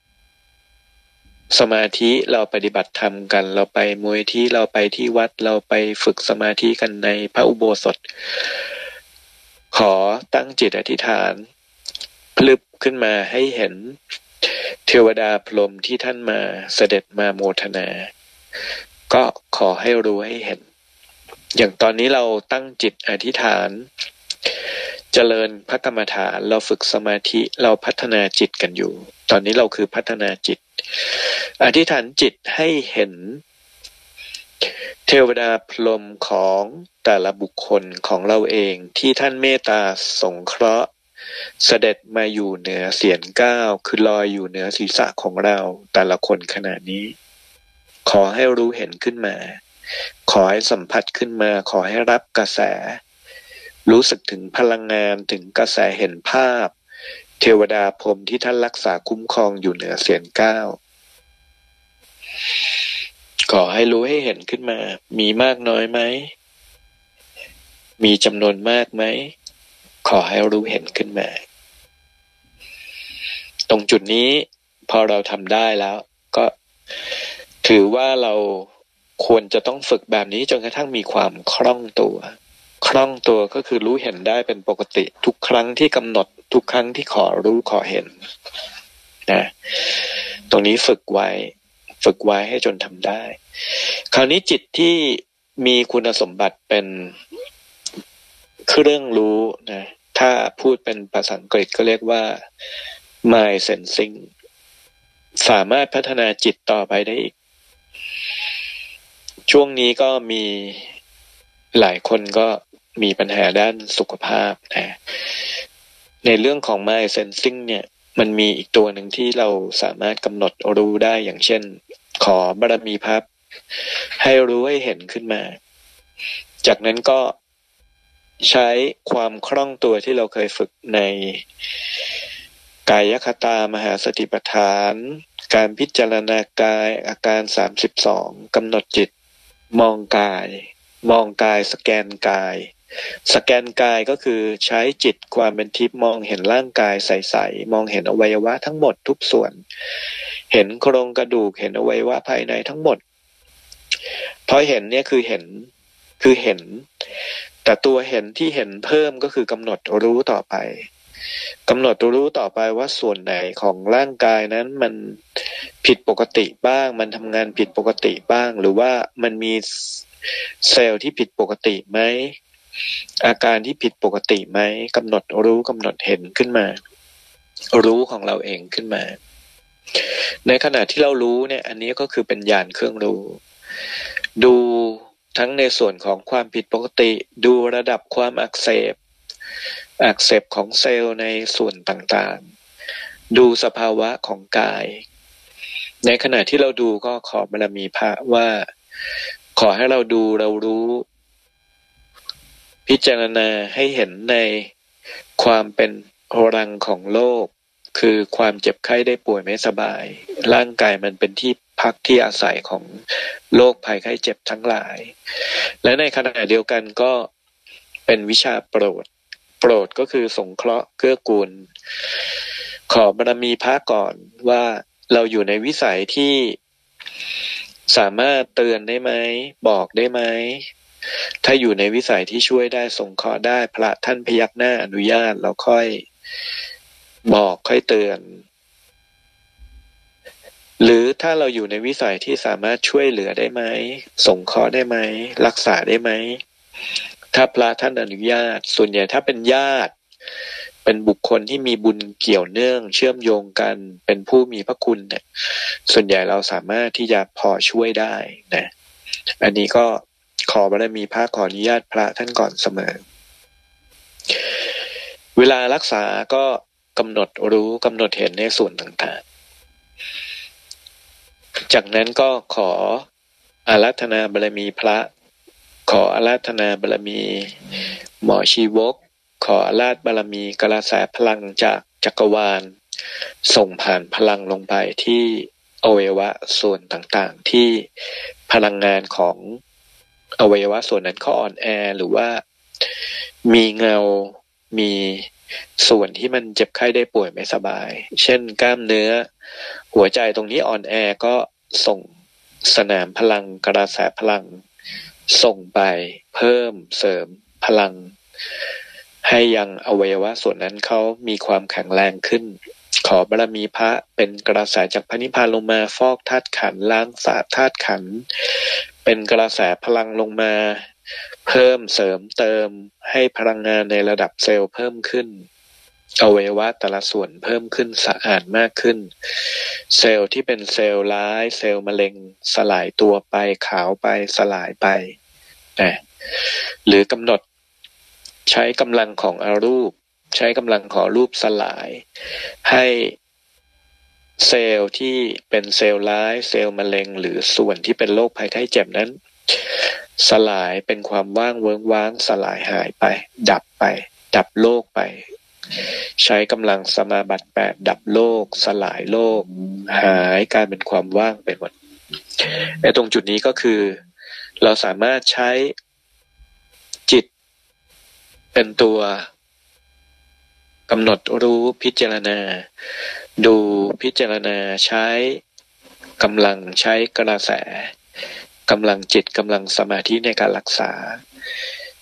สมาธิเราปฏิบัติธรรมกันเราไปมูลที่เราไปที่วัดเราไปฝึกสมาธิกันในพระอุโบสถขอตั้งจิตอธิษฐานพลึบขึ้นมาให้เห็นเทวดาพรหมที่ท่านมาเสด็จมาโมทนาก็ขอให้รู้ให้เห็นอย่างตอนนี้เราตั้งจิตอธิษฐานเจริญพระกรรมฐานเราฝึกสมาธิเราพัฒนาจิตกันอยู่ตอนนี้เราคือพัฒนาจิตอธิษฐานจิตให้เห็นเทวดาพรหมของแต่ละบุคคลของเราเองที่ท่านเมตตาสงเคราะห์เสด็จมาอยู่เหนือเสียรเก้าคือลอยอยู่เหนือศีรษะของเราแต่ละคนขณะนี้ขอให้รู้เห็นขึ้นมาขอให้สัมผัสขึ้นมาขอให้รับกระแสรู้สึกถึงพลังงานถึงกระแสเห็นภาพเทวดาพรหมที่ท่านรักษาคุ้มครองอยู่เหนือเสียรเก้าขอให้รู้ให้เห็นขึ้นมามีมากน้อยไหมมีจำนวนมากไหมขอให้รู้เห็นขึ้นมาตรงจุดนี้พอเราทำได้แล้วก็ถือว่าเราควรจะต้องฝึกแบบนี้จนกระทั่งมีความคล่องตัวคล่องตัวก็คือรู้เห็นได้เป็นปกติทุกครั้งที่กำหนดทุกครั้งที่ขอรู้ขอเห็นนะตรงนี้ฝึกไว้ฝึกไว้ให้จนทำได้คราวนี้จิตที่มีคุณสมบัติเป็นเครื่องรู้นะถ้าพูดเป็นภาษาอังกฤษก็เรียกว่า mind sensing สามารถพัฒนาจิตต่อไปได้อีกช่วงนี้ก็มีหลายคนก็มีปัญหาด้านสุขภาพนะในเรื่องของ mind sensing เนี่ยมันมีอีกตัวหนึ่งที่เราสามารถกำหนดรู้ได้อย่างเช่นขอบารมีพับให้รู้ให้เห็นขึ้นมาจากนั้นก็ใช้ความคล่องตัวที่เราเคยฝึกในกายคตามหาสติปัฏฐานการพิจารณากายอาการสามสิบสองกำหนดจิตมองกายมองกายสแกนกายสแกนกายก็คือใช้จิตความเป็นทิพย์มองเห็นร่างกายใสๆมองเห็นอวัยวะทั้งหมดทุกส่วนเห็นโครงกระดูกเห็นอวัยวะภายในทั้งหมดพอเห็นเนี่ยคือเห็นคือเห็นแต่ตัวเห็นที่เห็นเพิ่มก็คือกำหนดรู้ต่อไปกำหนดรู้ต่อไปว่าส่วนไหนของร่างกายนั้นมันผิดปกติบ้างมันทำงานผิดปกติบ้างหรือว่ามันมีเซลล์ที่ผิดปกติไหมอาการที่ผิดปกติไหมกำหนดรู้กำหนดเห็นขึ้นมารู้ของเราเองขึ้นมาในขณะที่เรารู้เนี่ยอันนี้ก็คือเป็นญาณเครื่องรู้ดูทั้งในส่วนของความผิดปกติดูระดับความอักเสบอักเสบของเซลล์ในส่วนต่างๆดูสภาวะของกายในขณะที่เราดูก็ขอบารมีพระว่าขอให้เราดูเรารู้พิจารณาให้เห็นในความเป็นรังของโลกคือความเจ็บไข้ได้ป่วยไม่สบายร่างกายมันเป็นที่พักที่อาศัยของโรคภัยไข้เจ็บทั้งหลายและในขณะเดียวกันก็เป็นวิชาโปรดโปรดก็คือสงเคราะห์เกื้อกูลขอบารมีพระก่อนว่าเราอยู่ในวิสัยที่สามารถเตือนได้ไหมบอกได้ไหมถ้าอยู่ในวิสัยที่ช่วยได้สงเคราะห์ได้พระท่านพยักหน้าอนุญาตเราค่อยบอกค่อยเตือนหรือถ้าเราอยู่ในวิสัยที่สามารถช่วยเหลือได้ไหมสงเคราะห์ได้ไหมรักษาได้ไหมถ้าพระท่านอนุญาตส่วนใหญ่ถ้าเป็นญาติเป็นบุคคลที่มีบุญเกี่ยวเนื่องเชื่อมโยงกันเป็นผู้มีพระคุณเนี่ยส่วนใหญ่เราสามารถที่จะพอช่วยได้นะอันนี้ก็ขอบารมีพระขออนุญาตพระท่านก่อนเสมอเวลารักษาก็กำหนดรู้กำหนดเห็นในส่วนต่างๆจากนั้นก็ขออาราธนาบารมีพระขออาราธนาบารมีหมอชีวกขออาราธบารมีกระแสพลังจากจักรวาลส่งผ่านพลังลงไปที่อวัยวะส่วนต่างๆที่พลังงานของอวัยวะส่วนนั้นเขาอ่อนแอหรือว่ามีเงามีส่วนที่มันเจ็บไข้ได้ป่วยไม่สบายเช่นกล้ามเนื้อหัวใจตรงนี้อ่อนแอก็ส่งสนามพลังกระแสพลังส่งไปเพิ่มเสริมพลังให้ยังอวัยวะส่วนนั้นเขามีความแข็งแรงขึ้นขอบารมีพระเป็นกระแสจากพระนิพพานลงมาฟอกธาตุขันธ์ล้างสาธาตุขันธ์เป็นกระแสพลังลงมาเพิ่มเสริมเติมให้พลังงานในระดับเซลล์เพิ่มขึ้นอวัยวะแต่ละส่วนเพิ่มขึ้นสะอาดมากขึ้นเซลล์ที่เป็นเซลล์ร้ายเซลล์มะเร็งสลายตัวไปขาวไปสลายไปนะหรือกำหนดใช้กำลังของอรูปใช้กำลังของรูปสลายให้เซลล์ที่เป็นเซลล์ร้ายเซลล์มะเร็งหรือส่วนที่เป็นโรคภัยไข้เจ็บนั้นสลายเป็นความว่างเวิ้งว้างสลายหายไปดับไปดับโลกไปใช้กำลังสมาบัติแปดดับโลกสลายโลกหายกลายเป็นความว่างไปหมดในตรงจุดนี้ก็คือเราสามารถใช้จิตเป็นตัวกำหนดรู้พิจารณาดูพิจารณาใช้กำลังใช้กระแสกำลังจิตกำลังสมาธิในการรักษา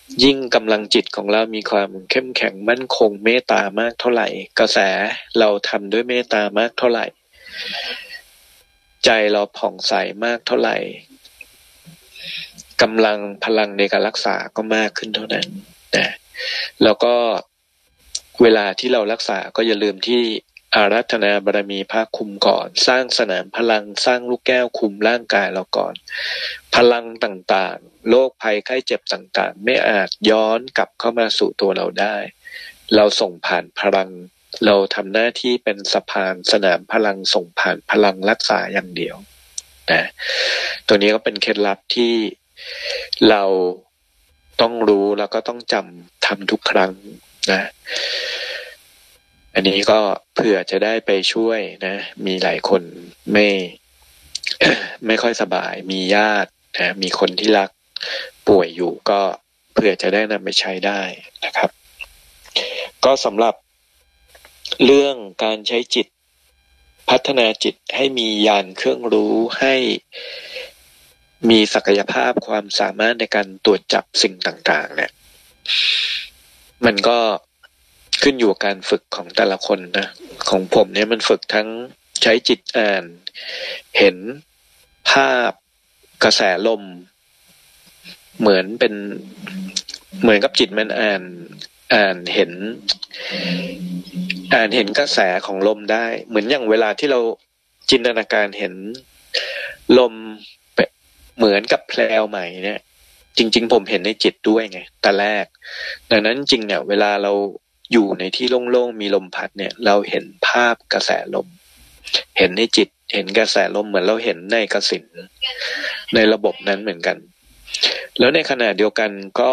ยิ่งกำลังจิตของเรามีความเข้มแข็งมั่นคงเมตตามากเท่าไหร่กระแสเราทำด้วยเมตตามากเท่าไหร่ใจเราผ่องใสมากเท่าไหร่กำลังพลังในการรักษาก็มากขึ้นเท่านั้นนะแล้วก็เวลาที่เรารักษาก็อย่าลืมที่อาราธนาบารมีพระคุมก่อนสร้างสนามพลังสร้างลูกแก้วคุมร่างกายเราก่อนพลังต่างๆโรคภัยไข้เจ็บต่างๆไม่อาจย้อนกลับเข้ามาสู่ตัวเราได้เราส่งผ่านพลังเราทำหน้าที่เป็นสะพานสนามพลังส่งผ่านพลังรักษาอย่างเดียวนะตัวนี้ก็เป็นเคล็ดลับที่เราต้องรู้แล้วก็ต้องจำทำทุกครั้งนะอันนี้ก็เผื่อจะได้ไปช่วยนะมีหลายคนไม่ ไม่ค่อยสบายมีญาตินะมีคนที่รักป่วยอยู่ก็เผื่อจะได้นำไปใช้ได้นะครับก็สำหรับเรื่องการใช้จิตพัฒนาจิตให้มีญาณเครื่องรู้ให้มีศักยภาพความสามารถในการตรวจจับสิ่งต่างๆเนี่ยมันก็ขึ้นอยู่กับการฝึกของแต่ละคนนะของผมเนี่ยมันฝึกทั้งใช้จิตอ่านเห็นภาพกระแสลมเหมือนเป็นเหมือนกับจิตมันอ่านอ่านเห็นอ่านเห็นกระแสของลมได้เหมือนอย่างเวลาที่เราจินตนาการเห็นลมเหมือนกับแพลวไหมเนี่ยจริงๆผมเห็นในจิตด้วยไงแต่แรกดังนั้นจริงเนี่ยเวลาเราอยู่ในที่โล่งๆมีลมพัดเนี่ยเราเห็นภาพกระแสลมเห็นในจิตเห็นกระแสลมเหมือนเราเห็นในกสิณในระบบนั้นเหมือนกันแล้วในขณะเดียวกันก็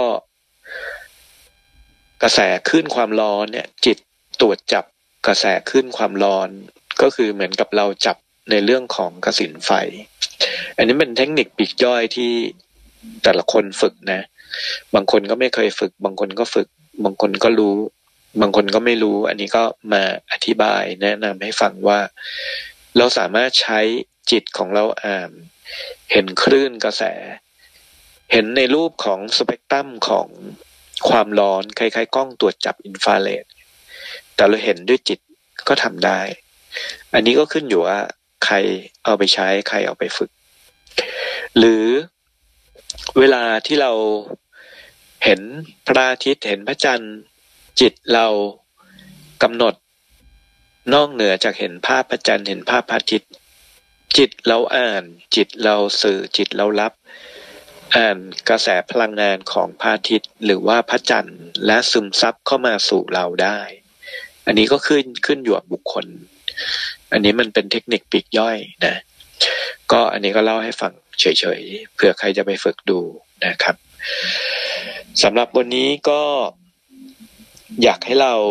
กระแสคลื่นความร้อนเนี่ยจิตตรวจจับกระแสคลื่นความร้อนก็คือเหมือนกับเราจับในเรื่องของกสิณไฟอันนี้เป็นเทคนิคปลีกย่อยที่แต่ละคนฝึกนะบางคนก็ไม่เคยฝึกบางคนก็ฝึกบางคนก็รู้บางคนก็ไม่รู้อันนี้ก็มาอธิบายแนะนำให้ฟังว่าเราสามารถใช้จิตของเราอ่านเห็นคลื่นกระแสเห็นในรูปของสเปกตรัมของความร้อนคล้ายๆกล้องตรวจจับอินฟราเรดแต่เราเห็นด้วยจิตก็ทำได้อันนี้ก็ขึ้นอยู่ว่าใครเอาไปใช้ใครเอาไปฝึกหรือเวลาที่เราเห็นพระอาทิตย์เห็นพระจันทร์จิตเรากำหนดนอกเหนือจากเห็นภาพพระจันทร์เห็นภาพพระอาทิตย์จิตเราอ่านจิตเราสื่อจิตเรารับอ่านกระแสพลังงานของพระอาทิตย์หรือว่าพระจันทร์และซึมซับเข้ามาสู่เราได้อันนี้ก็ขึ้นขึ้นอยู่กับบุคคลอันนี้มันเป็นเทคนิคปลีกย่อยนะก็อันนี้ก็เล่าให้ฟังเฉยๆเผื่อใครจะไปฝึกดูนะครับสำหรับวันนี้ก็อยากให้เรา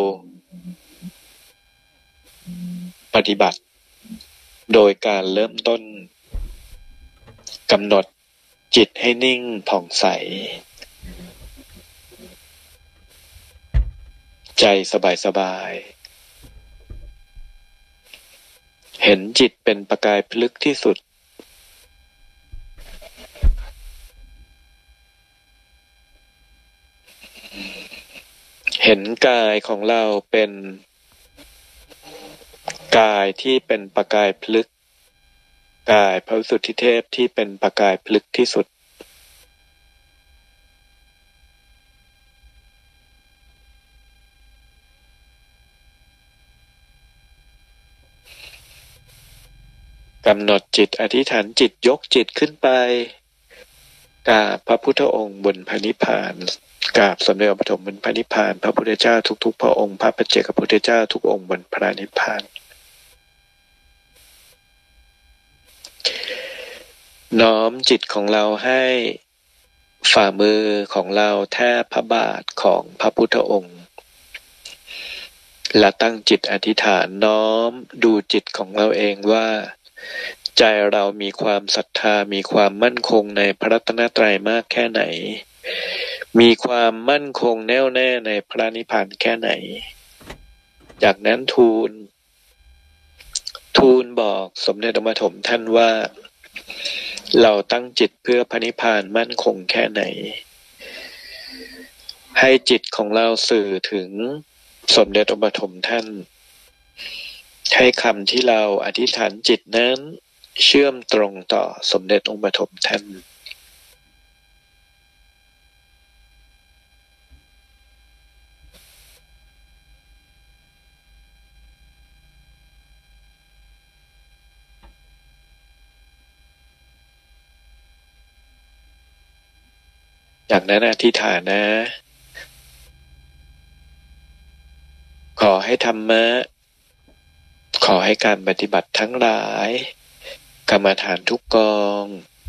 ปฏิบัติโดยการเริ่มต้นกำหนดจิตให้นิ่งผ่องใสใจสบายๆเห็นจิตเป็นประกายพลึกที่สุดเห็นกายของเราเป็นกายที่เป็นประกายพลึกกายพระวิสุทธิเทพที่เป็นประกายพลึกที่สุดกำหนดจิตอธิษฐานจิตยกจิตขึ้นไปกราบพระพุทธองค์บนพระนิพพานกราบสมเด็จพระปฐมบนพระนิพพานพระพุทธเจ้าทุกๆพระองค์พระปัจเจกพุทธเจ้าทุกองค์บนพระนิพพานน้อมจิตของเราให้ฝ่ามือของเราแทบพระบาทของพระพุทธองค์และตั้งจิตอธิษฐานน้อมดูจิตของเราเองว่าใจเรามีความศรัทธามีความมั่นคงในพระรัตนตรัยมากแค่ไหนมีความมั่นคงแน่วแน่ในพระนิพพานแค่ไหนจากนั้นทูลทูลบอกสมเด็จพระปฐมท่านว่าเราตั้งจิตเพื่อพระนิพพานมั่นคงแค่ไหนให้จิตของเราสื่อถึงสมเด็จองค์ปฐมท่านให้คำที่เราอธิษฐานจิตนั้นเชื่อมตรงต่อสมเด็จองค์ปฐมท่านจากนั้นอธิษฐานนะขอให้ธรรมะขอให้การปฏิบัติทั้งหลายกรรมฐานทุกกอง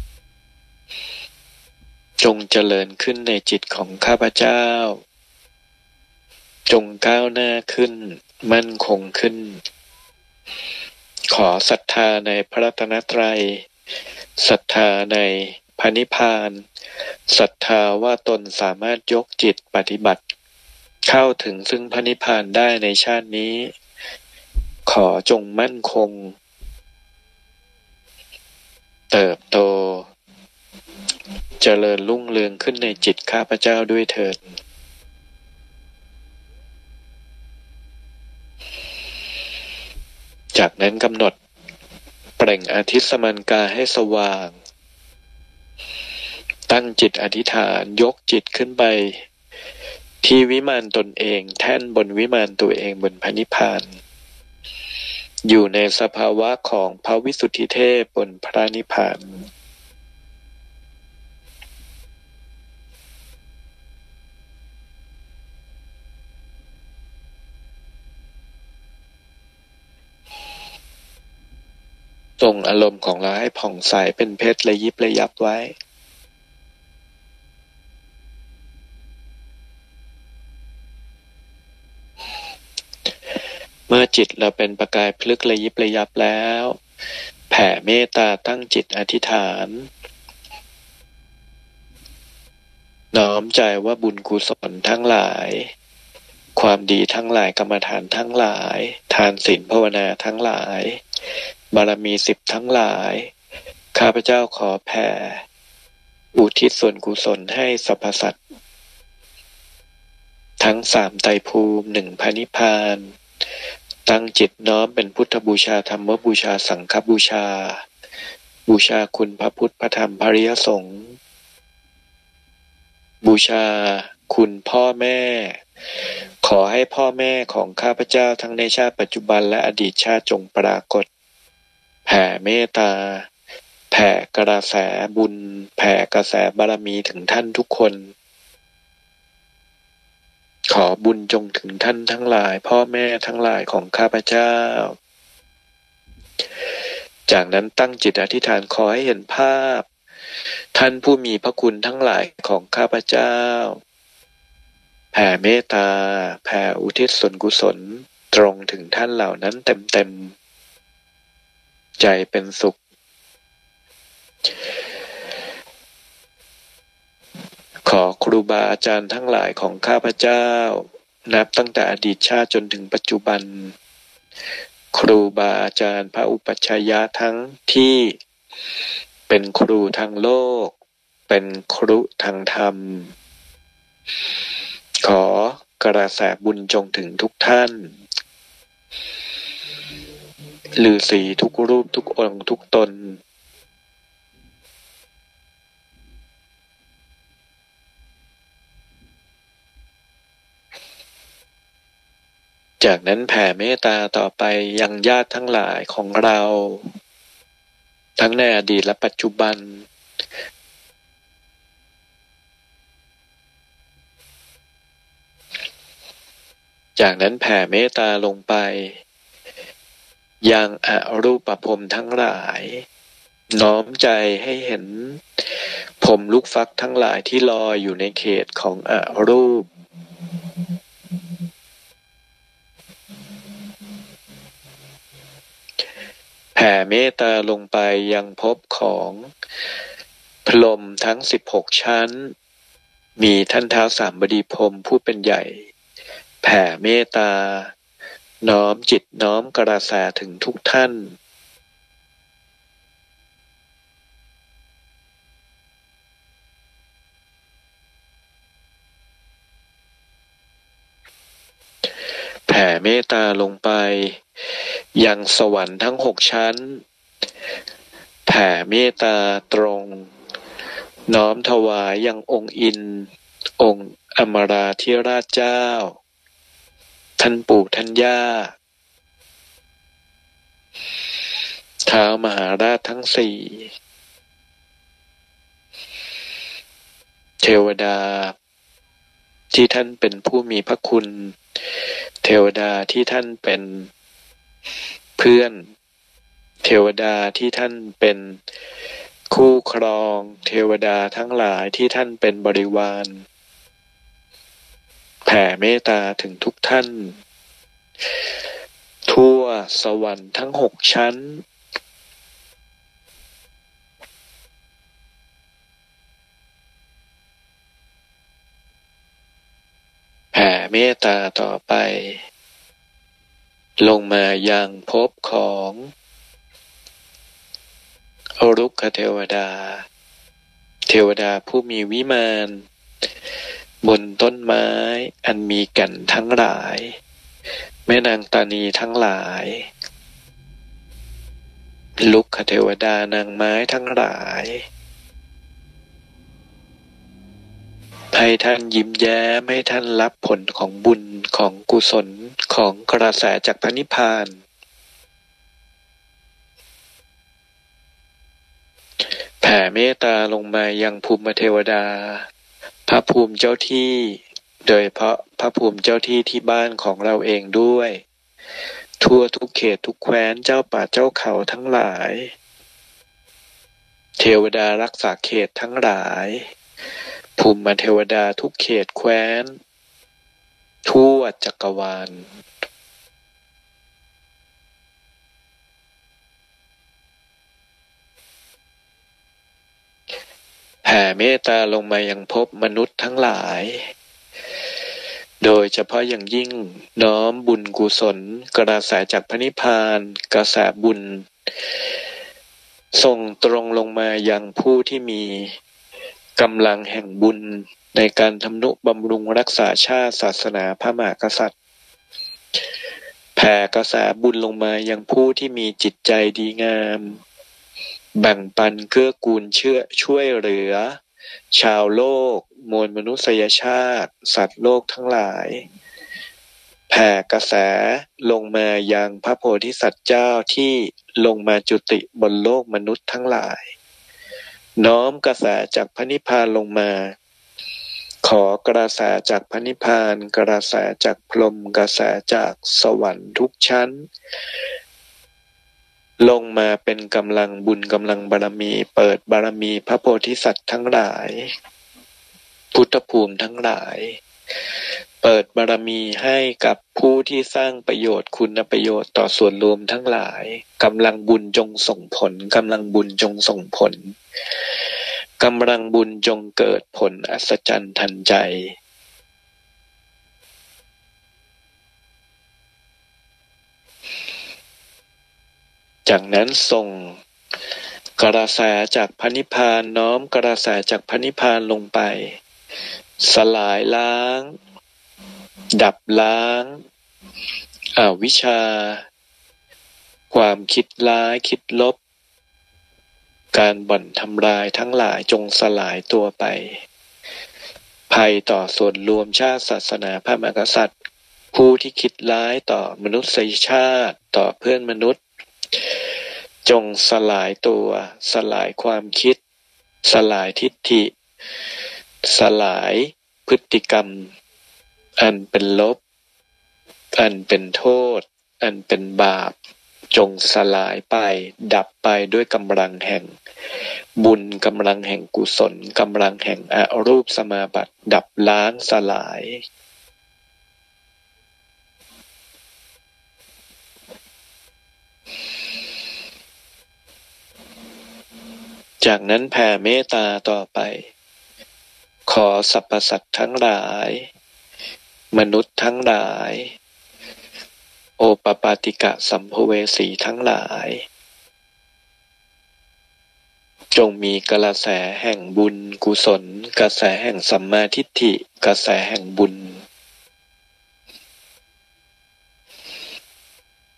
จงเจริญขึ้นในจิตของข้าพเจ้าจงก้าวหน้าขึ้นมั่นคงขึ้นขอศรัทธาในพระรัตนตรัยศรัทธาในพระนิพพานศรัทธาว่าตนสามารถยกจิตปฏิบัติเข้าถึงซึ่งพระนิพพานได้ในชาตินี้ขอจงมั่นคงเติบโตเจริญรุ่งเรืองขึ้นในจิตข้าพเจ้าด้วยเถิดจากนั้นกำหนดเปล่งอาทิตย์สมานกาให้สว่างตั้งจิตอธิษฐานยกจิตขึ้นไปที่วิมานตนเองแท่นบนวิมานตัวเองบนพระนิพพานอยู่ในสภาวะของพระวิสุทธิเทพบนพระนิพพานทรงอารมณ์ของเราให้ผ่องใสเป็นเพชรระยิบระยับไว้เมื่อจิตเราเป็นประกายพลึกระยิบระยับแล้วแผ่เมตตาตั้งจิตอธิษฐานน้อมใจว่าบุญกุศลทั้งหลายความดีทั้งหลายกรรมฐานทั้งหลายทานศีลภาวนาทั้งหลายบารมีสิบทั้งหลายข้าพเจ้าขอแผ่อุทิศส่วนกุศลให้สรรพสัตว์ทั้งสามไตรภูมิหนึ่งพระนิพพานตั้งจิตน้อมเป็นพุทธบูชาธรรมบูชาสังฆบูชาบูชาคุณพระพุทธพระธรรมพระอริยสงฆ์บูชาคุณพ่อแม่ขอให้พ่อแม่ของข้าพเจ้าทั้งในชาติปัจจุบันและอดีตชาติจงปรากฏแผ่เมตตาแผ่กระแสบุญแผ่กระแสบารมีถึงท่านทุกคนขอบุญจงถึงท่านทั้งหลายพ่อแม่ทั้งหลายของข้าพเจ้าจากนั้นตั้งจิตอธิษฐานขอให้เห็นภาพท่านผู้มีพระคุณทั้งหลายของข้าพเจ้าแผ่เมตตาแผ่อุทิศส่วนกุศลตรงถึงท่านเหล่านั้นเต็มๆใจเป็นสุขขอครูบาอาจารย์ทั้งหลายของข้าพเจ้านับตั้งแต่อดีตชาติจนถึงปัจจุบันครูบาอาจารย์พระอุปัชฌายะทั้งที่เป็นครูทางโลกเป็นครูทางธรรมขอกระแสบุญจงถึงทุกท่านฤาษีทุกรูปทุกองค์ทุกตนจากนั้นแผ่เมตตาต่อไปยังญาติทั้งหลายของเราทั้งในอดีตและปัจจุบันจากนั้นแผ่เมตตาลงไปยังอรูปพรหมทั้งหลายน้อมใจให้เห็นพรหมลูกฟักทั้งหลายที่ลอยอยู่ในเขตของอรูปแผ่เมตตาลงไปยังภพของพรหมทั้งสิบหกชั้นมีท่านท้าวสามบดีพรหมผู้เป็นใหญ่แผ่เมตตาน้อมจิตน้อมกระแสถึงทุกท่านผ่เมตตาลงไปยังสวรรค์ทั้งหกชั้นแผ่เมตตาตรงน้อมถวายยังองค์อินองค์อมราธิราชเจ้าท่านปู่ท่านย่าท้าวมหาราชทั้งสี่เทวดาที่ท่านเป็นผู้มีพระคุณเทวดาที่ท่านเป็นเพื่อนเทวดาที่ท่านเป็นคู่ครองเทวดาทั้งหลายที่ท่านเป็นบริวารแผ่เมตตาถึงทุกท่านทั่วสวรรค์ทั้งหกชั้นแผ่เมตตาต่อไปลงมายังภพของอรุกขเทวดาเทวดาผู้มีวิมานบนต้นไม้อันมีแก่นทั้งหลายแม่นางตานีทั้งหลายลุกขเทวดานางไม้ทั้งหลายให้ท่านยิ้มแย้มให้ท่านรับผลของบุญของกุศลของกระแสจากพระนิพพานแผ่เมตตาลงมายังภูมิเทวดาพระภูมิเจ้าที่โดยเพราะพระภูมิเจ้าที่ที่บ้านของเราเองด้วยทั่วทุกเขตทุกแคว้นเจ้าป่าเจ้าเขาทั้งหลายเทวดารักษาเขตทั้งหลายภูมิเทวดาทุกเขตแคว้นทั่วจักรวาลแผ่เมตตาลงมายังภพมนุษย์ทั้งหลายโดยเฉพาะอย่างยิ่งน้อมบุญกุศลกระแสจากพระนิพพานกระแสบุญส่งตรงลงมายังผู้ที่มีกำลังแห่งบุญในการทำนุบำรุงรักษาชาติศาสนาพระมหากษัตริย์แผ่กระแสบุญลงมายังผู้ที่มีจิตใจดีงามแบ่งปันเกื้อกูลเชื่อช่วยเหลือชาวโลกมวลมนุษยชาติสัตว์โลกทั้งหลายแผ่กระแสลงมายังพระโพธิสัตว์เจ้าที่ลงมาจุติบนโลกมนุษย์ทั้งหลายน้อมกระแสจากพระนิพพานลงมาขอกระแสจากพระนิพพานกระแสจากพรหมกระแสจากสวรรค์ทุกชั้นลงมาเป็นกำลังบุญกำลังบารมีเปิดบารมีพระโพธิสัตว์ทั้งหลายพุทธภูมิทั้งหลายเปิดบารมีให้กับผู้ที่สร้างประโยชน์คุณประโยชน์ต่อส่วนรวมทั้งหลายกำลังบุญจงส่งผลกำลังบุญจงส่งผลกำลังบุญจงเกิดผลอัศจรรย์ทันใจจากนั้นส่งกระแสจากพระนิพพานน้อมกระแสจากพระนิพพานลงไปสลายล้างดับล้างอวิชชาความคิดร้ายคิดลบการบ่อนทำลายทั้งหลายจงสลายตัวไปภัยต่อส่วนรวมชาติศาสนาพระมหากษัตริย์ผู้ที่คิดร้ายต่อมนุษยชาติต่อเพื่อนมนุษย์จงสลายตัวสลายความคิดสลายทิฏฐิสลายพฤติกรรมอันเป็นลบอันเป็นโทษอันเป็นบาปจงสลายไปดับไปด้วยกำลังแห่งบุญกำลังแห่งกุศลกำลังแห่งอรูปสมาบัติดับล้างสลายจากนั้นแผ่เมตตาต่อไปขอสรรพสัตว์ทั้งหลายมนุษย์ทั้งหลายโอปปาติกะสัมภเวสีทั้งหลายจงมีกระแสแห่งบุญกุศลกระแสแห่งสัมมาทิฏฐิกระแสแห่งบุญ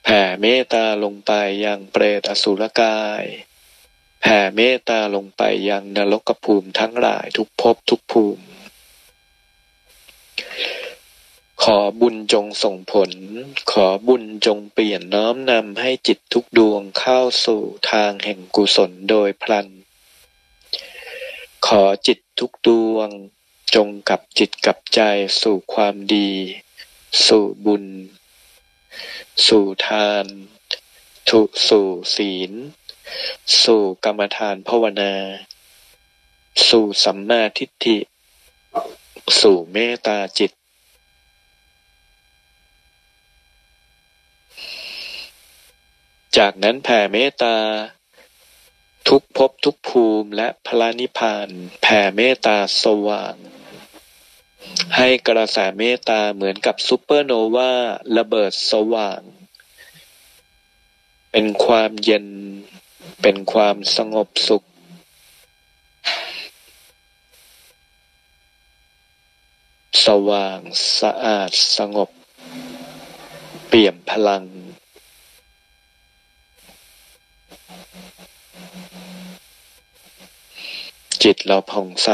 แผ่เมตตาลงไปยังเปรตอสุรกายแผ่เมตตาลงไปยังนรกภูมิทั้งหลายทุกภพทุกภูมิขอบุญจงส่งผลขอบุญจงเปลี่ยนน้อมนำให้จิตทุกดวงเข้าสู่ทางแห่งกุศลโดยพลันขอจิตทุกดวงจงกลับจิตกลับใจสู่ความดีสู่บุญสู่ทานทุสู่ศีลสู่กรรมฐานภาวนาสู่สัมมาทิฏฐิสู่เมตตาจิตจากนั้นแผ่เมตตาทุกภพทุกภูมิและพระนิพพานแผ่เมตตาสว่างให้กระแสเมตตาเหมือนกับซูเปอร์โนวาระเบิดสว่างเป็นความเย็นเป็นความสงบสุขสว่างสะอาดสงบเปี่ยมพลังจิตเราผ่องใส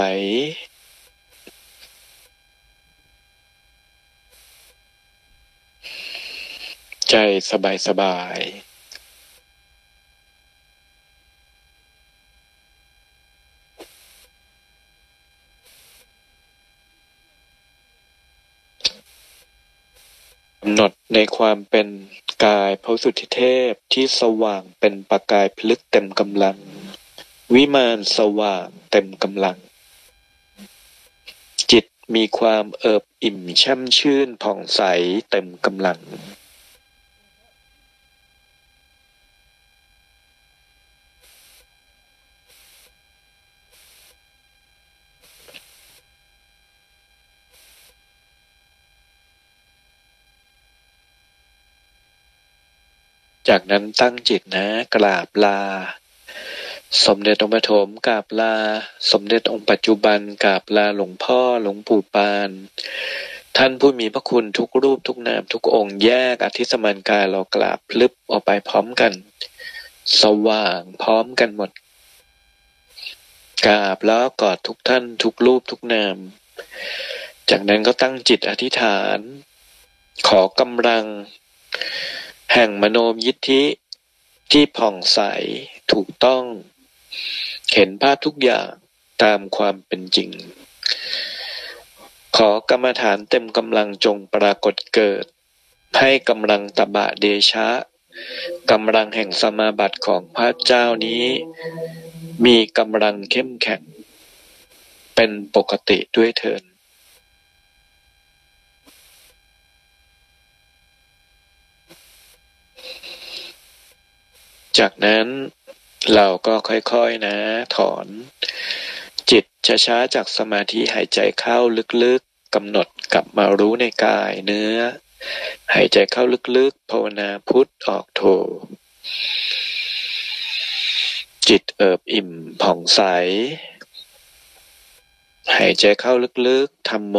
ใจสบายสบายกำหนดในความเป็นกายพระสุทธิเทพที่สว่างเป็นประกายพลึกเต็มกำลังวิมานสว่างเต็มกำลังจิตมีความเอิบอิ่มแช่มชื่นผ่องใสเต็มกำลังจากนั้นตั้งจิตนะกราบลาสมเด็จองค์ปฐมกราบลาสมเด็จองค์ปัจจุบันกราบลาหลวงพ่อหลวงปู่ปานท่านผู้มีพระคุณทุกรูปทุกนามทุกองค์แยกอธิสมานกายเรากราบพลึบออกไปพร้อมกันสว่างพร้อมกันหมดกราบแล้วกอดทุกท่านทุกรูปทุกนามจากนั้นก็ตั้งจิตอธิษฐานขอกำลังแห่งมโนมยิทธิที่ผ่องใสถูกต้องเห็นภาพทุกอย่างตามความเป็นจริงขอกรรมฐานเต็มกำลังจงปรากฏเกิดให้กำลังตบะเดชะกำลังแห่งสมาบัติของพระเจ้านี้มีกำลังเข้มแข็งเป็นปกติด้วยเถิดจากนั้นเราก็ค่อยๆนะถอนจิตช้าๆจากสมาธิหายใจเข้าลึกๆกำหนดกลับมารู้ในกายเนื้อหายใจเข้าลึกๆภาวนาพุทธออกโทจิตเอิบอิ่มผ่องใสหายใจเข้าลึกๆธัมโม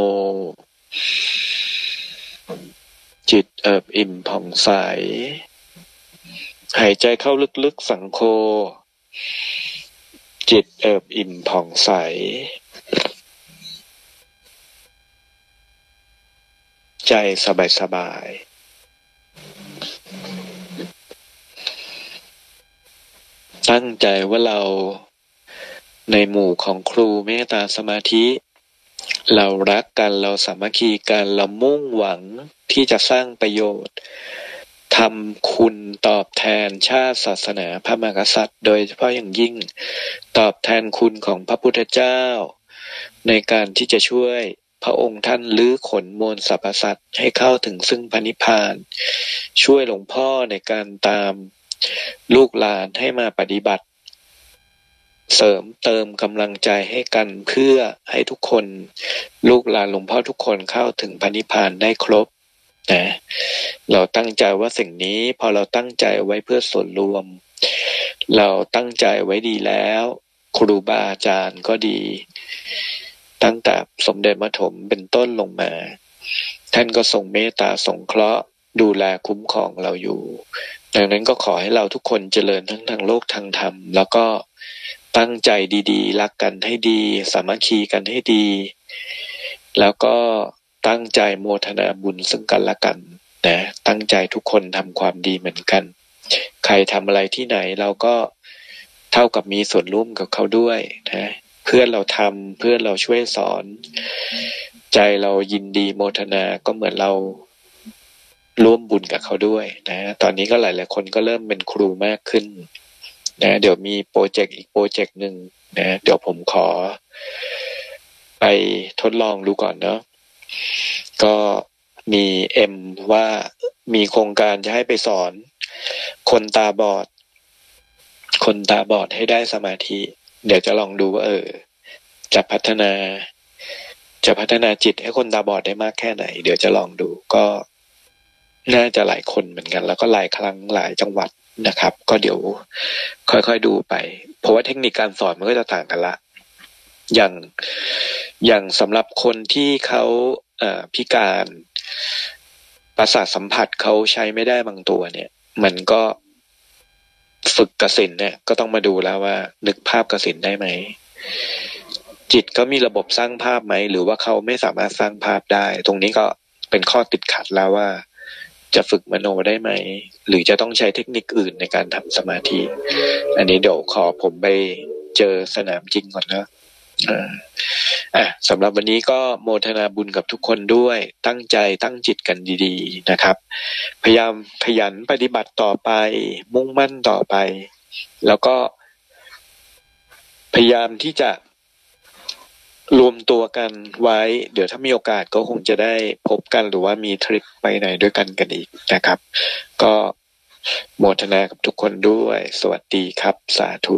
จิตเอิบอิ่มผ่องใสหายใจเข้าลึกๆสังโฆจิตเอิบอิ่มผ่องใสใจสบายๆตั้งใจว่าเราในหมู่ของครูเมตตาสมาธิเรารักกันเราสามัคคีกันเรามุ่งหวังที่จะสร้างประโยชน์ทำคุณตอบแทนชาติศาสนาพระมหากษัตริย์โดยเฉพาะอย่างยิ่งตอบแทนคุณของพระพุทธเจ้าในการที่จะช่วยพระองค์ท่านลื้อขนมวลสรรพสัตว์ให้เข้าถึงซึ่งพระนิพพานช่วยหลวงพ่อในการตามลูกหลานให้มาปฏิบัติเสริมเติมกำลังใจให้กันเพื่อให้ทุกคนลูกหลานหลวงพ่อทุกคนเข้าถึงพระนิพพานได้ครบนะเราตั้งใจว่าสิ่งนี้พอเราตั้งใจไว้เพื่อส่วนรวมเราตั้งใจไว้ดีแล้วครูบาอาจารย์ก็ดีตั้งแต่สมเด็จปฐมเป็นต้นลงมาท่านก็ทรงเมตตาสงเคราะห์ดูแลคุ้มครองเราอยู่ดังนั้นก็ขอให้เราทุกคนเจริญทั้งทางโลกทางธรรมแล้วก็ตั้งใจดีๆรักกันให้ดีสามัคคีกันให้ดีแล้วก็ตั้งใจโมทนาบุญซึ่งกันและกันนะตั้งใจทุกคนทำความดีเหมือนกันใครทำอะไรที่ไหนเราก็เท่ากับมีส่วนร่วมกับเขาด้วยนะเพื่อนเราทำเพื่อนเราช่วยสอนใจเรายินดีโมทนาก็เหมือนเราร่วมบุญกับเขาด้วยนะตอนนี้ก็หลายๆคนก็เริ่มเป็นครูมากขึ้นนะเดี๋ยวมีโปรเจกต์อีกโปรเจกต์หนึ่งนะเดี๋ยวผมขอไปทดลองดูก่อนเนาะก็มีเอ็มว่ามีโครงการจะให้ไปสอนคนตาบอดคนตาบอดให้ได้สมาธิเดี๋ยวจะลองดูว่าเออจะพัฒนาจะพัฒนาจิตให้คนตาบอดได้มากแค่ไหนเดี๋ยวจะลองดูก็น่าจะหลายคนเหมือนกันแล้วก็หลายครั้งหลายจังหวัดนะครับก็เดี๋ยวค่อยๆดูไปเพราะว่าเทคนิคการสอนมันก็จะต่างกันละอย่างอย่างสำหรับคนที่เขาเอ่อพิการประสาทสัมผัสเขาใช้ไม่ได้บางตัวเนี่ยมันก็ฝึกกสิณเนี่ยก็ต้องมาดูแล้วว่านึกภาพกสิณได้ไหมจิตเขามีระบบสร้างภาพไหมหรือว่าเขาไม่สามารถสร้างภาพได้ตรงนี้ก็เป็นข้อติดขัดแล้วว่าจะฝึกมโนได้ไหมหรือจะต้องใช้เทคนิคอื่นในการทำสมาธิอันนี้เดี๋ยวขอผมไปเจอสนามจริงก่อนนะอ่าอ่ะสำหรับวันนี้ก็โมทนาบุญกับทุกคนด้วยตั้งใจตั้งจิตกันดีๆนะครับพยายามขยันปฏิบัติต่อไปมุ่งมั่นต่อไปแล้วก็พยายามที่จะรวมตัวกันไว้เดี๋ยวถ้ามีโอกาสก็คงจะได้พบกันหรือว่ามีทริปไปไหนด้วยกันกันอีกนะครับก็โมทนากับทุกคนด้วยสวัสดีครับสาธุ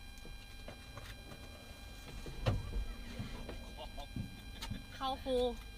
เข้าครู